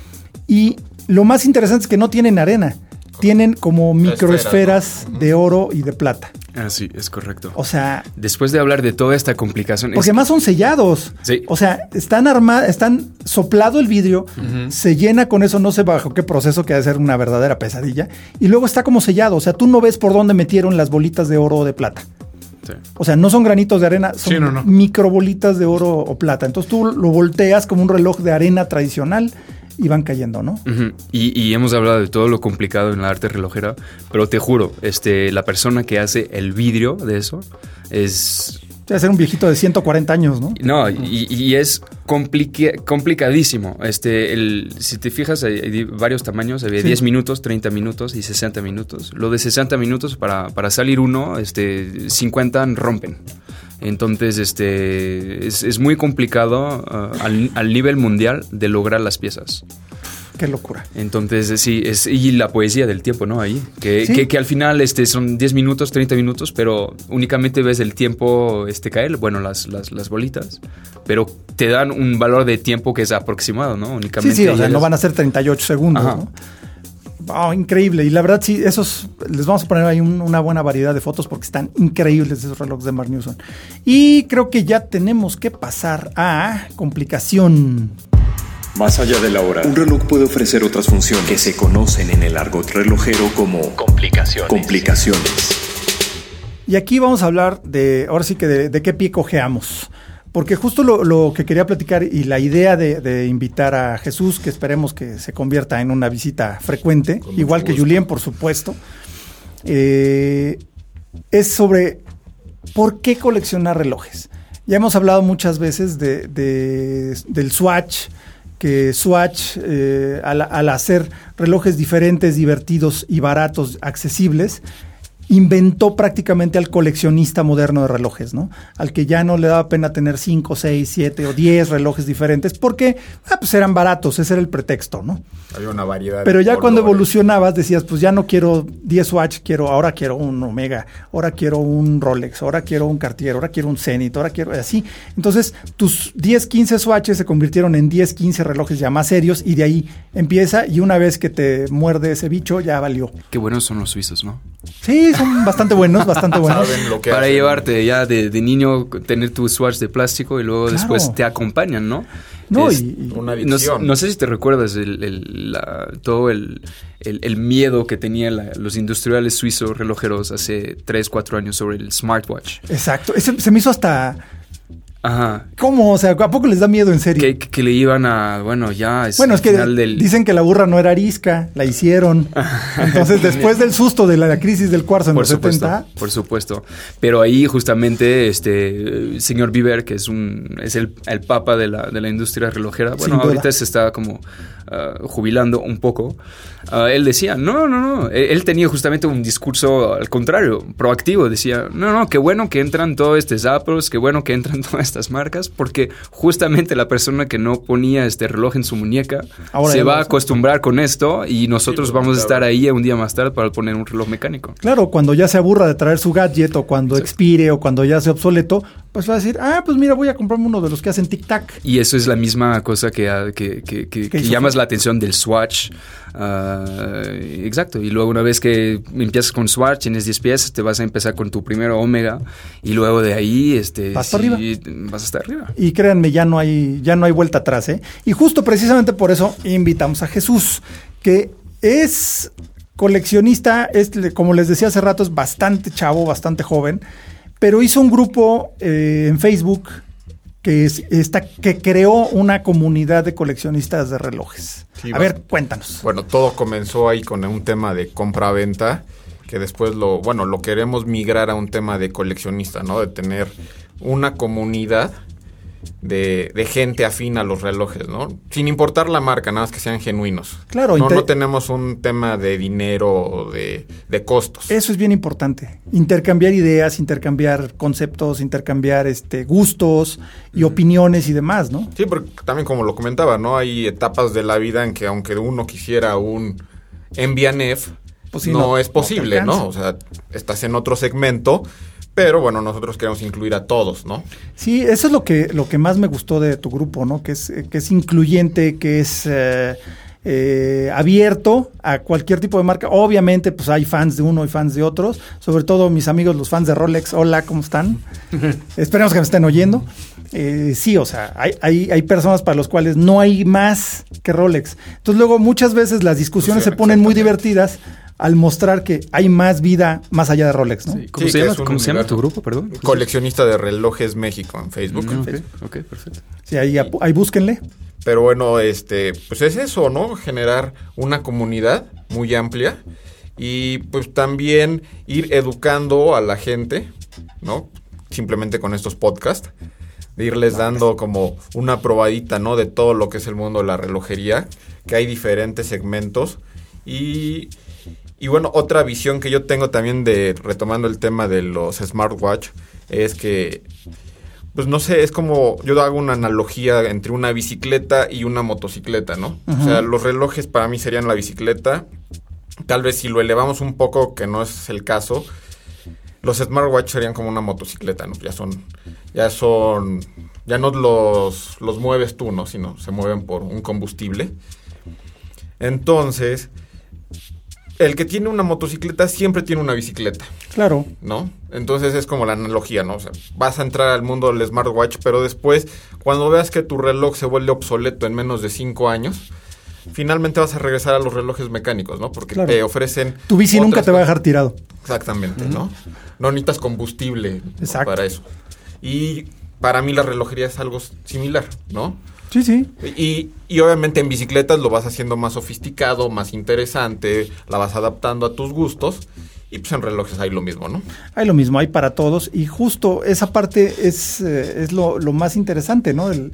Y lo más interesante es que no tienen arena, tienen como microesferas de oro y de plata. Ah, sí, es correcto. O sea... Después de hablar de toda esta complicación... Porque es... más son sellados. Sí. O sea, están armados, están soplado el vidrio, uh-huh. se llena con eso, no sé bajo qué proceso, que ha de ser una verdadera pesadilla, y luego está como sellado. O sea, tú no ves por dónde metieron las bolitas de oro o de plata. Sí. O sea, no son granitos de arena, son sí, no, no. microbolitas de oro o plata. Entonces tú lo volteas como un reloj de arena tradicional y van cayendo, ¿no? Uh-huh. Y, y hemos hablado de todo lo complicado en la arte relojera, pero te juro, este, la persona que hace el vidrio de eso es... Debe ser un viejito de ciento cuarenta años, ¿no? No, y, y es complica- complicadísimo. Este, el, si te fijas, hay, hay varios tamaños. Había sí. diez minutos, treinta minutos y sesenta minutos. Lo de sesenta minutos, para, para salir uno, este, cincuenta rompen. Entonces, este, es, es muy complicado uh, al, al nivel mundial de lograr las piezas. Qué locura. Entonces, sí, es, y la poesía del tiempo, ¿no? Ahí, que, ¿Sí? que, que al final este, son diez minutos, treinta minutos, pero únicamente ves el tiempo este, caer, bueno, las, las, las bolitas, pero te dan un valor de tiempo que es aproximado, ¿no? Únicamente. Sí, sí, o sea, no van a ser treinta y ocho segundos, Ajá. ¿no? Oh, increíble. Y la verdad, sí, esos les vamos a poner ahí un, una buena variedad de fotos porque están increíbles esos relojes de Mark Newson. Y creo que ya tenemos que pasar a complicación. Más allá de la hora, un reloj puede ofrecer otras funciones que se conocen en el argot relojero como complicaciones. complicaciones. Y aquí vamos a hablar de, ahora sí que de, de qué pie cojeamos. Porque justo lo, lo que quería platicar y la idea de, de invitar a Jesús, que esperemos que se convierta en una visita frecuente, con igual que Julien, por supuesto, eh, es sobre por qué coleccionar relojes. Ya hemos hablado muchas veces de, de, del Swatch, que Swatch, eh, al, al hacer relojes diferentes, divertidos y baratos, accesibles, inventó prácticamente al coleccionista moderno de relojes, ¿no? Al que ya no le daba pena tener cinco, seis, siete o diez relojes diferentes porque ah, pues eran baratos, ese era el pretexto, ¿no? Había una variedad. Pero ya cuando evolucionabas decías, pues ya no quiero diez Swatch, quiero, ahora quiero un Omega, ahora quiero un Rolex, ahora quiero un Cartier, ahora quiero un Zenith, ahora quiero así. Entonces tus diez, quince Swatches se convirtieron en diez, quince relojes ya más serios y de ahí empieza y una vez que te muerde ese bicho ya valió. Qué buenos son los suizos, ¿no? Sí, son bastante buenos, bastante buenos. Lo que Para hacen. llevarte ya de, de niño, tener tu Swatch de plástico y luego Claro. después te acompañan, ¿no? No, Es- y, y- Una no, adicción. no sé si te recuerdas el, el- la- todo el, el- el miedo que tenían la- los industriales suizos relojeros hace tres, cuatro años sobre el smartwatch. exacto. Ese, se me hizo hasta... Ajá. ¿Cómo? O sea, ¿a poco les da miedo en serio? Que, que le iban a, bueno, ya es Bueno, el es que final del... dicen que la burra no era arisca, la hicieron. Entonces, después del susto de la, la crisis del cuarzo en Por los supuesto, setenta... por supuesto. Pero ahí justamente este el señor Biver, que es un es el, el papa de la, de la industria relojera, bueno, Sin duda. ahorita se está como ah, jubilando un poco. Ah, él decía, no, no, no. Él, él tenía justamente un discurso al contrario, proactivo. Decía, no, no, qué bueno que entran todos estos Apples, qué bueno que entran todas estas marcas, porque justamente la persona que no ponía este reloj en su muñeca Ahora se ya va lo a hace. acostumbrar con esto y nosotros Sí, vamos a estar claro. ahí un día más tarde para poner un reloj mecánico. Claro, cuando ya se aburra de traer su gadget o cuando expire o cuando ya sea obsoleto, pues va a decir, ah, pues mira, voy a comprarme uno de los que hacen tic-tac. Y eso es la misma cosa que, ah, que, que, que, que hizo llamas Phil. la atención del Swatch. Ah, exacto. Y luego una vez que empiezas con Swatch, tienes diez piezas, te vas a empezar con tu primero Omega. Y luego de ahí este, Vas para arriba. vas hasta arriba. Y créanme, ya no hay, ya no hay vuelta atrás, ¿eh? Y justo precisamente por eso invitamos a Jesús, que es coleccionista, es, como les decía hace rato, es bastante chavo, bastante joven, pero hizo un grupo eh, en Facebook que, es, está, que creó una comunidad de coleccionistas de relojes. Sí, a va. ver, cuéntanos. Bueno, todo comenzó ahí con un tema de compra-venta, que después lo, bueno, lo queremos migrar a un tema de coleccionista, ¿no? De tener una comunidad de, de gente afín a los relojes, ¿no? Sin importar la marca, nada más que sean genuinos. Claro, No, inter- no tenemos un tema de dinero o de, de costos. Eso es bien importante. Intercambiar ideas, intercambiar conceptos, intercambiar este, gustos y opiniones y demás, ¿no? Sí, porque también como lo comentaba, ¿no? Hay etapas de la vida en que aunque uno quisiera un M B N F, Pues sí, no, no- es no te posible, alcanza. ¿no? O sea, estás en otro segmento, pero bueno, nosotros queremos incluir a todos, ¿no? Sí, eso es lo que, lo que más me gustó de tu grupo, ¿no? Que es, que es incluyente, que es eh, eh, abierto a cualquier tipo de marca. Obviamente, pues hay fans de uno y fans de otros. Sobre todo mis amigos, los fans de Rolex. Hola, ¿cómo están? Esperemos que me estén oyendo. Eh, sí, o sea, hay, hay, hay personas para los cuales no hay más que Rolex. Entonces luego muchas veces las discusiones Sí, se ponen muy exactamente. divertidas al mostrar que hay más vida más allá de Rolex, ¿no? Sí. ¿Cómo Sí, se que llama, es un ¿cómo se llama universo. tu grupo, perdón? Coleccionista de relojes México en Facebook. Mm, ok, ok, perfecto. Sí, ahí, apu- ahí búsquenle. Pero bueno, este, pues es eso, ¿no? Generar una comunidad muy amplia y pues también ir educando a la gente, ¿no? Simplemente con estos podcasts, de irles dando como una probadita, ¿no? De todo lo que es el mundo de la relojería, que hay diferentes segmentos y, y bueno, otra visión que yo tengo también de, retomando el tema de los smartwatch, es que pues no sé, es como, yo hago una analogía entre una bicicleta y una motocicleta, ¿no? Ujú. O sea, los relojes para mí serían la bicicleta. Tal vez si lo elevamos un poco, que no es el caso, los smartwatch serían como una motocicleta, ¿no? Ya son, ya son, ya no los, los mueves tú, ¿no? Sino se mueven por un combustible. Entonces, el que tiene una motocicleta siempre tiene una bicicleta. Claro. ¿No? Entonces es como la analogía, ¿no? O sea, vas a entrar al mundo del smartwatch, pero después, cuando veas que tu reloj se vuelve obsoleto en menos de cinco años, finalmente vas a regresar a los relojes mecánicos, ¿no? Porque claro. te ofrecen... Tu bici nunca te va a dejar tirado. Exactamente, uh-huh. ¿no? No necesitas combustible, ¿no? Para eso. Y para mí la relojería es algo similar, ¿no? Sí, sí. Y, y obviamente en bicicletas lo vas haciendo más sofisticado, más interesante, la vas adaptando a tus gustos. Y pues en relojes hay lo mismo, ¿no? Hay lo mismo, hay para todos. Y justo esa parte es, eh, es lo, lo más interesante, ¿no? El,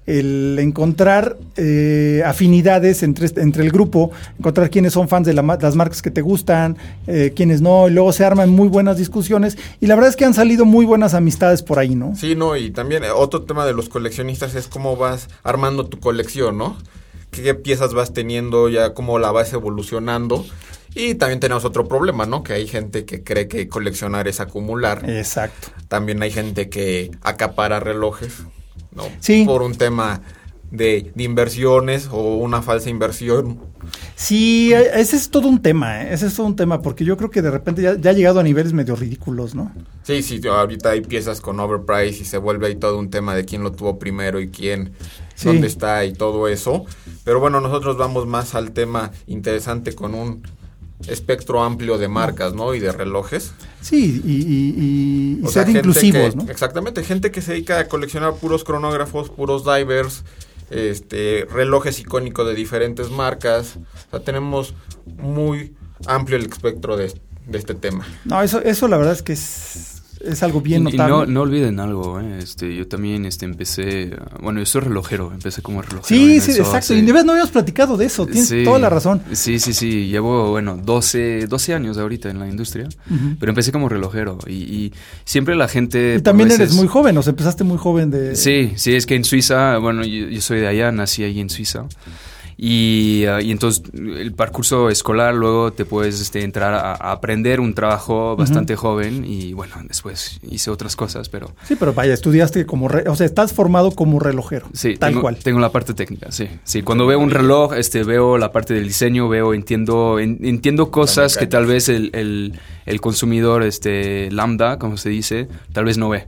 el encontrar eh, afinidades entre, entre el grupo, encontrar quiénes son fans de la, las marcas que te gustan, eh, quiénes no, y luego se arman muy buenas discusiones. Y la verdad es que han salido muy buenas amistades por ahí, ¿no? Sí, no, y también eh, otro tema de los coleccionistas es cómo vas armando tu colección, ¿no? Qué piezas vas teniendo, ya cómo la vas evolucionando. Y también tenemos otro problema, ¿no? Que hay gente que cree que coleccionar es acumular. Exacto. También hay gente que acapara relojes, ¿no? Sí. Por un tema de, de inversiones o una falsa inversión. Sí, ese es todo un tema, ¿eh? Ese es todo un tema, porque yo creo que de repente ya, ya ha llegado a niveles medio ridículos, ¿no? Sí, sí, ahorita hay piezas con overprice y se vuelve ahí todo un tema de quién lo tuvo primero y quién, sí. dónde está y todo eso. Pero bueno, nosotros vamos más al tema interesante con un espectro amplio de marcas, ¿no? Y de relojes. Sí, y, y, y, y ser inclusivos, que, ¿no? Exactamente, gente que se dedica a coleccionar puros cronógrafos, puros divers, este, relojes icónicos de diferentes marcas. O sea, tenemos muy amplio el espectro de, de este tema. No, eso, eso la verdad es que es... Es algo bien y, notable. Y no, no olviden algo, ¿eh? este, yo también este, empecé, bueno, yo soy relojero, empecé como relojero. Sí, sí, eso, exacto, hace... y de vez no habíamos platicado de eso, tienes sí, toda la razón. Sí, sí, sí, llevo, bueno, doce, doce años ahorita en la industria, uh-huh. pero empecé como relojero y, y siempre la gente... Y también veces... eres muy joven, o sea, empezaste muy joven de... Sí, sí, es que en Suiza, bueno, yo, yo soy de allá, nací ahí en Suiza. Y, uh, y entonces el percurso escolar luego te puedes este, entrar a, a aprender un trabajo bastante uh-huh. joven y bueno, después hice otras cosas, pero... Sí, pero vaya, estudiaste como... Re- o sea, estás formado como relojero, sí, tal tengo, cual. Tengo la parte técnica, sí. Sí, cuando veo un reloj, este, veo la parte del diseño, veo, entiendo en, entiendo cosas que tal vez el, el, el consumidor este, lambda, como se dice, tal vez no ve.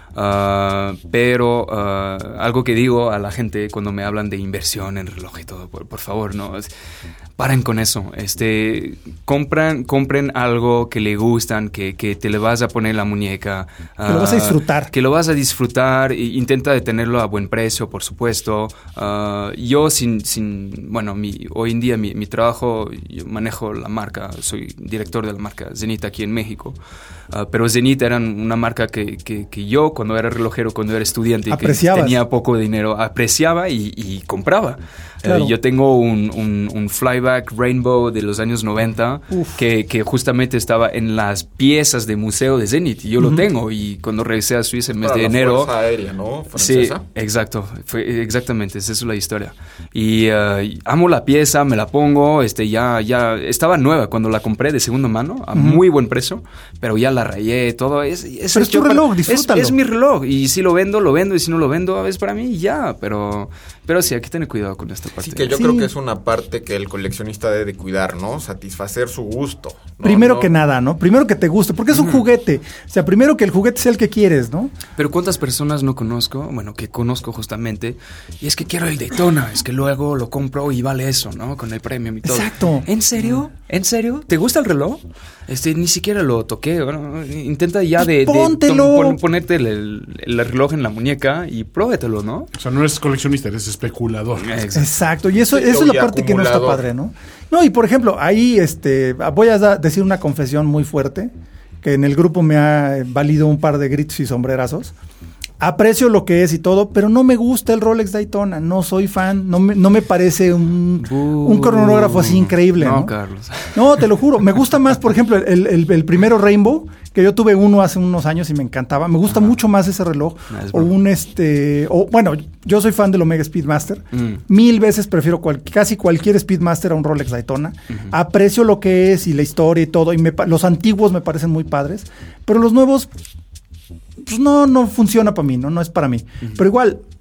Uh, pero uh, algo que digo a la gente cuando me hablan de inversión en reloj y todo, por, por favor, no paren con eso. Este, compran, compren algo que le gustan, que, que te le vas a poner la muñeca, que uh, lo vas a disfrutar, que lo vas a disfrutar. E intenta de tenerlo a buen precio, por supuesto. Uh, yo sin, sin, bueno, mi, hoy en día mi, mi trabajo, yo manejo la marca, soy director de la marca Zenith aquí en México. Uh, pero Zenith era una marca que, que, que yo cuando era relojero, cuando era estudiante, que tenía poco dinero, apreciaba y, y compraba. Claro. Uh, yo tengo un, un, un flyback Rainbow de los años noventa que, que justamente estaba en las piezas de museo de Zenith y yo uh-huh. lo tengo y cuando regresé a Suiza en mes Para de la enero... Fuerza Aérea, ¿no? Francesa. Sí, exacto, fue, exactamente, esa es la historia. Y uh, amo la pieza, me la pongo, este, ya, ya estaba nueva cuando la compré de segunda mano a uh-huh. muy buen precio, pero ya la rayé, todo. Es, es, pero es tu reloj, para, disfrútalo. Es, es mi reloj y si lo vendo, lo vendo y si no lo vendo, es para mí ya, pero, pero sí, hay que tener cuidado con esta parte. Sí, que yo sí. creo que es una parte que el coleccionista debe de cuidar, ¿no? Satisfacer su gusto, ¿no? Primero no... que nada, ¿no? Primero que te guste, porque es un uh-huh. juguete. O sea, primero que el juguete sea el que quieres, ¿no? Pero ¿cuántas personas no conozco? Bueno, que conozco justamente, y es que quiero el Daytona, es que luego lo compro y vale eso, ¿no? Con el premio y todo. Exacto. ¿En serio? ¿En serio? ¿Te gusta el reloj? Este, ni siquiera lo toqué. Bueno, intenta ya de, pues de pon, ponerte el, el, el reloj en la muñeca y pruébatelo, ¿no? O sea, no eres coleccionista, eres especulador. Exacto. Exacto. Y eso, sí, eso es la parte que no está padre, ¿no? No, y por ejemplo, ahí este, voy a da, decir una confesión muy fuerte, que en el grupo me ha valido un par de gritos y sombrerazos. Aprecio lo que es y todo, pero no me gusta el Rolex Daytona, no soy fan, no me, no me parece un, uh, un cronógrafo así increíble, ¿no? No, Carlos. No, te lo juro, me gusta más, por ejemplo, el, el, el primero Rainbow, que yo tuve uno hace unos años y me encantaba, me gusta Ajá. mucho más ese reloj, no, o un este, o bueno, yo soy fan del Omega Speedmaster, mm. mil veces prefiero cual, casi cualquier Speedmaster a un Rolex Daytona, uh-huh. aprecio lo que es y la historia y todo, y me, los antiguos me parecen muy padres, pero los nuevos... pues no, no funciona para mí, no, no es para mí. Uh-huh. Pero igual,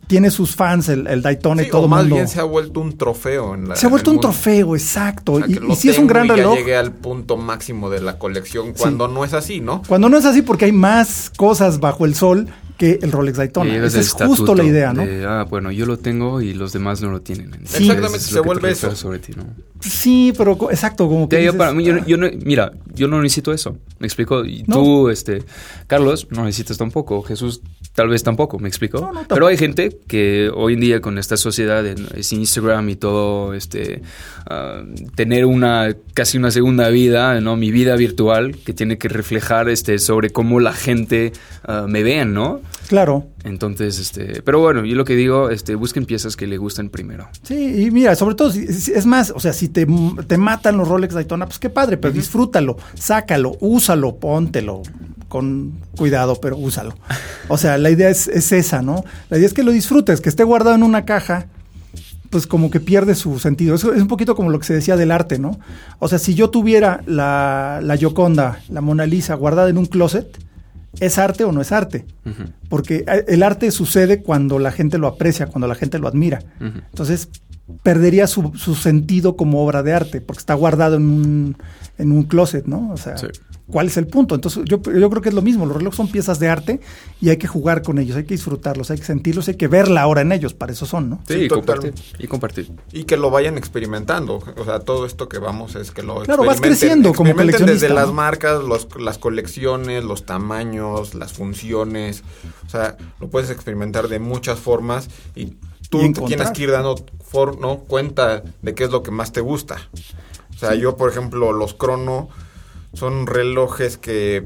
tiene sus fans, el, el Daytona sí, y todo o más mundo. bien se ha vuelto un trofeo. En la, se ha vuelto en un mundo. trofeo, exacto. O sea, y y sí es un gran reloj. Ya llegué al punto máximo de la colección cuando sí. no es así, ¿no? Cuando no es así porque hay más cosas bajo el sol que el Rolex Daytona. Esa es justo la idea, ¿no? De, ah, bueno, yo lo tengo y los demás no lo tienen. Sí, exactamente, se vuelve eso. Sobre ti, ¿no? Sí, pero exacto, como que ya, dices, yo para mí, yo, ah. yo no, mira, yo no necesito eso, me explico. Y no. tú, este, Carlos, no necesitas tampoco. Jesús, tal vez tampoco, me explico. No, no, pero hay gente que hoy en día con esta sociedad, es Instagram y todo, este, uh, tener una casi una segunda vida, ¿no? Mi vida virtual que tiene que reflejar, este, sobre cómo la gente uh, me vean, ¿no? Claro. Entonces, este, pero bueno, yo lo que digo, este, busquen piezas que le gusten primero. Sí, y mira, sobre todo, si, si, es más, o sea, si te, te matan los Rolex Daytona, pues qué padre, pero uh-huh. disfrútalo, sácalo, úsalo, póntelo, con cuidado, pero úsalo. O sea, la idea es, es esa, ¿no? La idea es que lo disfrutes, que esté guardado en una caja, pues como que pierde su sentido. Es, es un poquito como lo que se decía del arte, ¿no? O sea, si yo tuviera la, la Gioconda, la Mona Lisa guardada en un closet, ¿es arte o no es arte? Uh-huh. Porque el arte sucede cuando la gente lo aprecia, cuando la gente lo admira. Uh-huh. Entonces, perdería su, su sentido como obra de arte, porque está guardado en un, en un closet, ¿no? O sea, sí. ¿Cuál es el punto? Entonces, yo, yo creo que es lo mismo. Los relojes son piezas de arte y hay que jugar con ellos, hay que disfrutarlos, hay que sentirlos, hay que ver la hora en ellos. Para eso son, ¿no? Sí, sí y, compartir, y compartir. Y que lo vayan experimentando. O sea, todo esto que vamos es que lo claro, vas creciendo como coleccionista, desde ¿no? las marcas, los, las colecciones, los tamaños, las funciones. O sea, lo puedes experimentar de muchas formas y tú y te tienes que ir dando for, ¿no? cuenta de qué es lo que más te gusta. O sea, sí. yo, por ejemplo, los crono son relojes que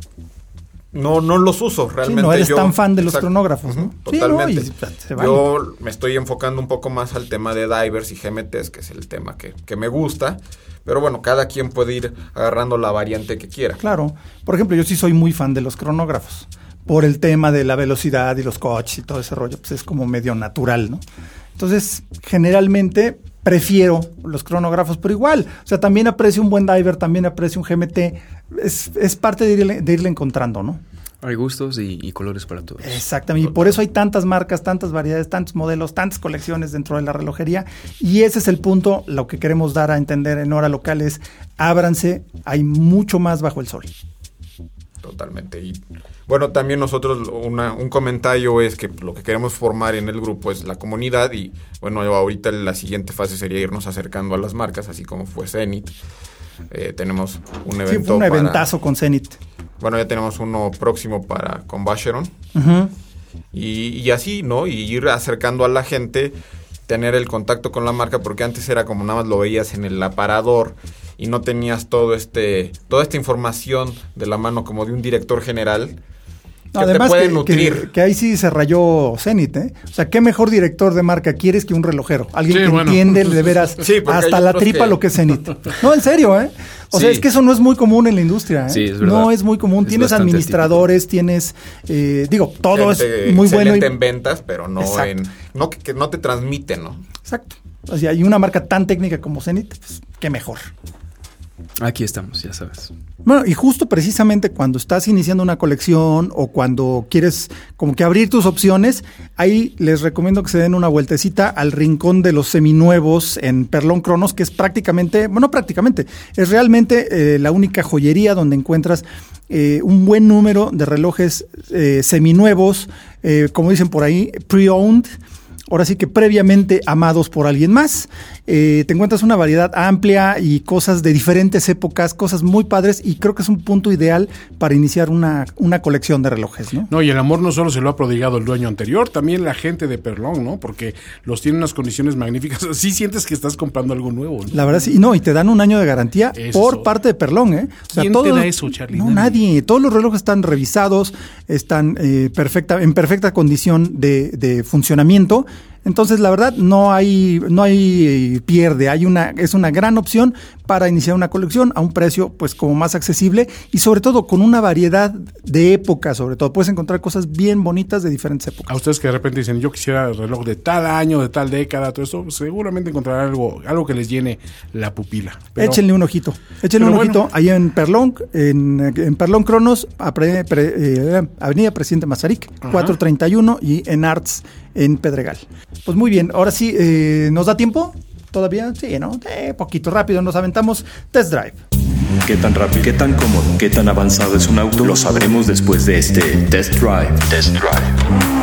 no no los uso realmente. Sí, no eres yo, tan fan de los exacto, cronógrafos, ¿no? Totalmente. Sí, no, y se vale. Yo me estoy enfocando un poco más al tema de divers y G M Ts, que es el tema que, que me gusta. Pero bueno, cada quien puede ir agarrando la variante que quiera. Claro. Por ejemplo, yo sí soy muy fan de los cronógrafos. Por el tema de la velocidad y los coches y todo ese rollo, pues es como medio natural, ¿no? Entonces, generalmente prefiero los cronógrafos, pero igual, o sea, también aprecio un buen diver, también aprecio un G M T, es, es parte de irle, de irle encontrando, ¿no? Hay gustos y, y colores para todos. Exactamente, y por eso hay tantas marcas, tantas variedades, tantos modelos, tantas colecciones dentro de la relojería, y ese es el punto, lo que queremos dar a entender en Hora Local es, ábranse, hay mucho más bajo el sol. Totalmente. Y bueno, también nosotros una, un comentario es que lo que queremos formar en el grupo es la comunidad y bueno, ahorita la siguiente fase sería irnos acercando a las marcas, así como fue Zenith. Eh, tenemos un evento. Sí, fue un para, eventazo con Zenith. Bueno, ya tenemos uno próximo para con Vacheron. Uh-huh. Y, y así, ¿no? Y ir acercando a la gente, tener el contacto con la marca, porque antes era como nada más lo veías en el aparador y no tenías todo este toda esta información de la mano como de un director general que no, además te puede que, nutrir. Que, que ahí sí se rayó Zenith, ¿eh? O sea, ¿qué mejor director de marca quieres que un relojero? Alguien sí, que bueno. entiende de veras sí, hasta la tripa que... lo que es Zenith. No, en serio, ¿eh? O sí. sea, es que eso no es muy común en la industria, ¿eh? Sí, es verdad. No es muy común. Es tienes administradores, típico. tienes, eh, digo, todo Gente es muy bueno. Y... en ventas, pero no Exacto. en... No, que, que no te transmite, ¿no? Exacto. O sea, y una marca tan técnica como Zenith, pues, qué mejor. Aquí estamos, ya sabes. Bueno, y justo precisamente cuando estás iniciando una colección o cuando quieres como que abrir tus opciones, ahí les recomiendo que se den una vueltecita al rincón de los seminuevos en Perlón Cronos, que es prácticamente, bueno, prácticamente, es realmente eh, la única joyería donde encuentras eh, un buen número de relojes eh, seminuevos, eh, como dicen por ahí, pre-owned. Ahora sí que previamente amados por alguien más. Eh, te encuentras una variedad amplia y cosas de diferentes épocas, cosas muy padres y creo que es un punto ideal para iniciar una, una colección de relojes, ¿no? No, y el amor no solo se lo ha prodigado el dueño anterior, también la gente de Perlón, ¿no? Porque los tiene unas condiciones magníficas. Sí sientes que estás comprando algo nuevo, ¿no? La verdad sí, no, y te dan un año de garantía eso por eso. parte de Perlón, ¿eh? O sea, ¿quién todos, te da eso, Charlie? No, nadie. nadie. Todos los relojes están revisados, están eh, perfecta, en perfecta condición de, de funcionamiento. Entonces, la verdad, no hay, no hay pierde. Hay una, es una gran opción para iniciar una colección a un precio, pues, como más accesible y sobre todo con una variedad de épocas, sobre todo. Puedes encontrar cosas bien bonitas de diferentes épocas. A ustedes que de repente dicen, yo quisiera el reloj de tal año, de tal década, todo eso, seguramente encontrarán algo, algo que les llene la pupila. Pero, échenle un ojito. Échenle un bueno. ojito ahí en Perlón, en, en Perlón Cronos, a pre, pre, eh, Avenida Presidente Mazarik, ajá, cuatrocientos treinta y uno, y en Arts, en Pedregal. Pues muy bien, ahora sí, eh, ¿nos da tiempo? ¿Todavía? Sí, ¿no? Eh, poquito rápido, nos aventamos Test Drive. ¿Qué tan rápido, qué tan cómodo, qué tan avanzado es un auto? Lo sabremos después de este Test Drive. Test Drive.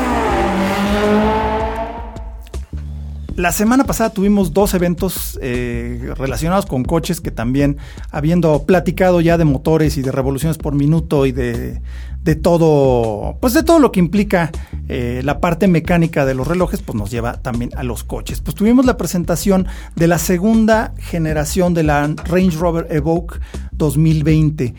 La semana pasada tuvimos dos eventos eh, relacionados con coches que también, habiendo platicado ya de motores y de revoluciones por minuto y de, de todo, pues de todo lo que implica eh, la parte mecánica de los relojes, pues nos lleva también a los coches. Pues tuvimos la presentación de la segunda generación de la Range Rover Evoque dos mil veinte.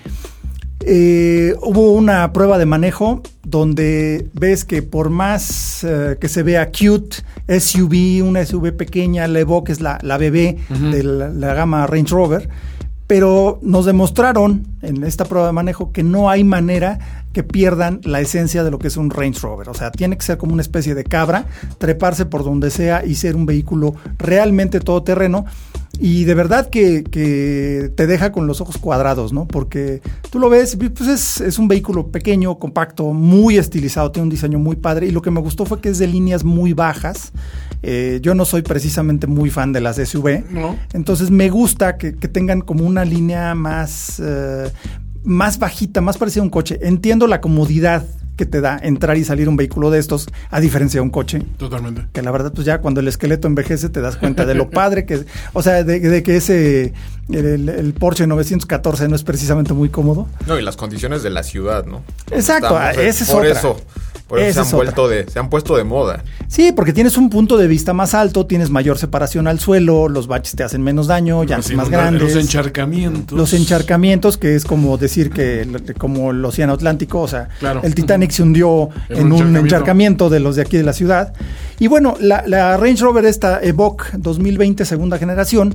Eh, hubo una prueba de manejo donde ves que por más uh, que se vea cute, S U V, una S U V pequeña, la Evoque es la, la bebé uh-huh. de la, la gama Range Rover, pero nos demostraron en esta prueba de manejo que no hay manera que pierdan la esencia de lo que es un Range Rover. O sea, tiene que ser como una especie de cabra, treparse por donde sea y ser un vehículo realmente todoterreno. Y de verdad que, que te deja con los ojos cuadrados, ¿no? Porque tú lo ves, pues es, es un vehículo pequeño, compacto, muy estilizado, tiene un diseño muy padre. Y lo que me gustó fue que es de líneas muy bajas. Eh, yo no soy precisamente muy fan de las S U V. No. Entonces me gusta que, que tengan como una línea más, uh, más bajita, más parecida a un coche. Entiendo la comodidad que te da entrar y salir un vehículo de estos, a diferencia de un coche. Totalmente. Que la verdad, pues ya cuando el esqueleto envejece te das cuenta de lo padre que es. O sea, de, de que ese, el, el Porsche novecientos catorce no es precisamente muy cómodo. No, y las condiciones de la ciudad, ¿no? Exacto, esa es por otra. Eso, por eso se han, vuelto de, se han puesto de moda. Sí, porque tienes un punto de vista más alto, tienes mayor separación al suelo, los baches te hacen menos daño, llantas sí, más grandes. Los encharcamientos. Los encharcamientos, que es como decir que como el océano Atlántico, o sea, claro. El Titanic se hundió en, en un encharcamiento. encharcamiento de los de aquí de la ciudad. Y bueno, la, la Range Rover esta Evoque dos mil veinte, segunda generación,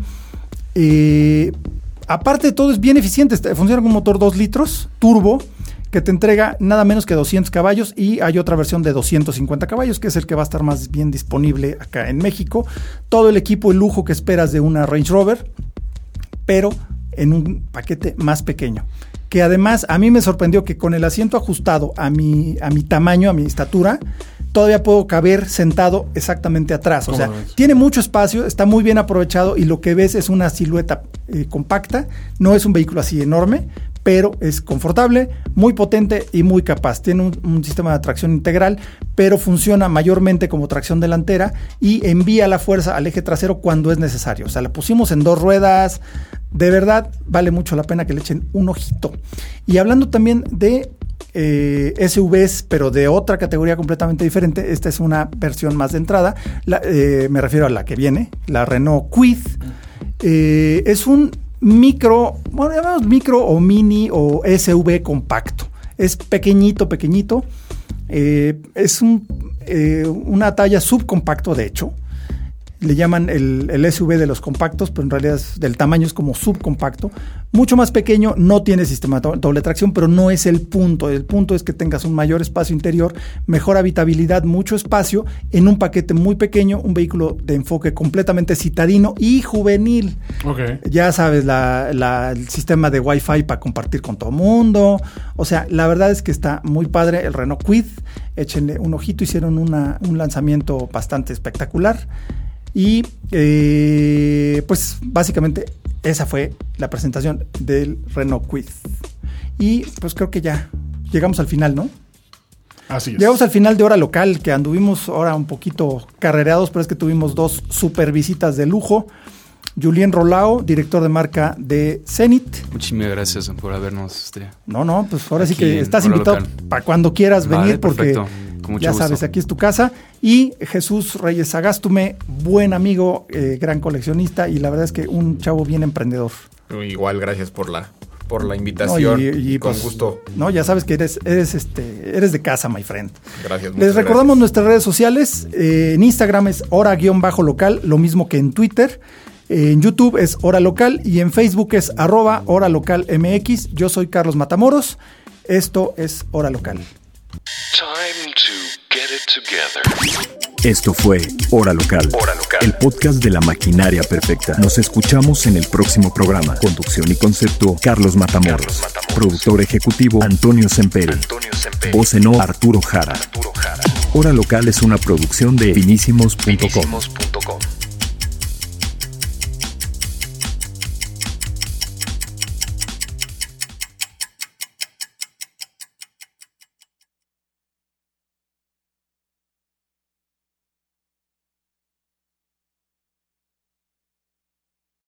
eh, aparte de todo es bien eficiente, funciona con un motor dos litros, turbo, que te entrega nada menos que doscientos caballos, y hay otra versión de doscientos cincuenta caballos, que es el que va a estar más bien disponible acá en México. Todo el equipo y lujo que esperas de una Range Rover, pero en un paquete más pequeño. Que además a mí me sorprendió que con el asiento ajustado a mi, a mi tamaño, a mi estatura, todavía puedo caber sentado exactamente atrás. O sea, tiene mucho espacio, está muy bien aprovechado, y lo que ves es una silueta eh, compacta. No es un vehículo así enorme, pero es confortable, muy potente y muy capaz. Tiene un, un sistema de tracción integral, pero funciona mayormente como tracción delantera y envía la fuerza al eje trasero cuando es necesario. O sea, la pusimos en dos ruedas. De verdad, vale mucho la pena que le echen un ojito. Y hablando también de eh, S U Vs, pero de otra categoría completamente diferente, esta es una versión más de entrada. La, eh, me refiero a la que viene, la Renault Kwid. Eh, es un micro, bueno, llamamos micro o mini o S U V compacto. Es pequeñito, pequeñito. Eh, es un, eh, una talla subcompacto, de hecho. Le llaman el, el S U V de los compactos, pero en realidad es, del tamaño es como subcompacto. Mucho más pequeño, no tiene sistema de doble tracción, pero no es el punto. El punto es que tengas un mayor espacio interior, mejor habitabilidad, mucho espacio, en un paquete muy pequeño, un vehículo de enfoque completamente citadino y juvenil. Okay. Ya sabes, la, la, el sistema de Wi-Fi para compartir con todo el mundo. O sea, la verdad es que está muy padre el Renault Kwid. Échenle un ojito, hicieron una, un lanzamiento bastante espectacular. Y eh, pues básicamente esa fue la presentación del Renault Kwid. Y pues creo que ya llegamos al final, ¿no? Así es. Llegamos al final de Hora Local, que anduvimos ahora un poquito carrereados, pero es que tuvimos dos super visitas de lujo. Julien Rolao, director de marca de Zenith. Muchísimas gracias por habernos... Este, no, no, pues ahora sí que estás invitado para cuando quieras vale, venir, porque ya sabes, gusto. Aquí es tu casa. Y Jesús Reyes Agástume, buen amigo, eh, gran coleccionista, y la verdad es que un chavo bien emprendedor. Igual, gracias por la, por la invitación. No, y, y, con pues, gusto. No, ya sabes que eres, eres, este, eres de casa, my friend. Gracias. Les recordamos gracias. nuestras redes sociales. Eh, en Instagram es hora-local, lo mismo que en Twitter. Eh, en YouTube es Hora Local y en Facebook es arroba Hora Local M X. Yo soy Carlos Matamoros. Esto es Hora Local. Time to get it together. Esto fue Hora Local, Hora Local, el podcast de la maquinaria perfecta. Nos escuchamos en el próximo programa. Conducción y concepto, Carlos Matamoros. Carlos Matamoros. Productor ejecutivo, Antonio Semperi. Antonio Semperi. Voz en off, Arturo Jara. Arturo Jara. Hora Local es una producción de finísimos punto com.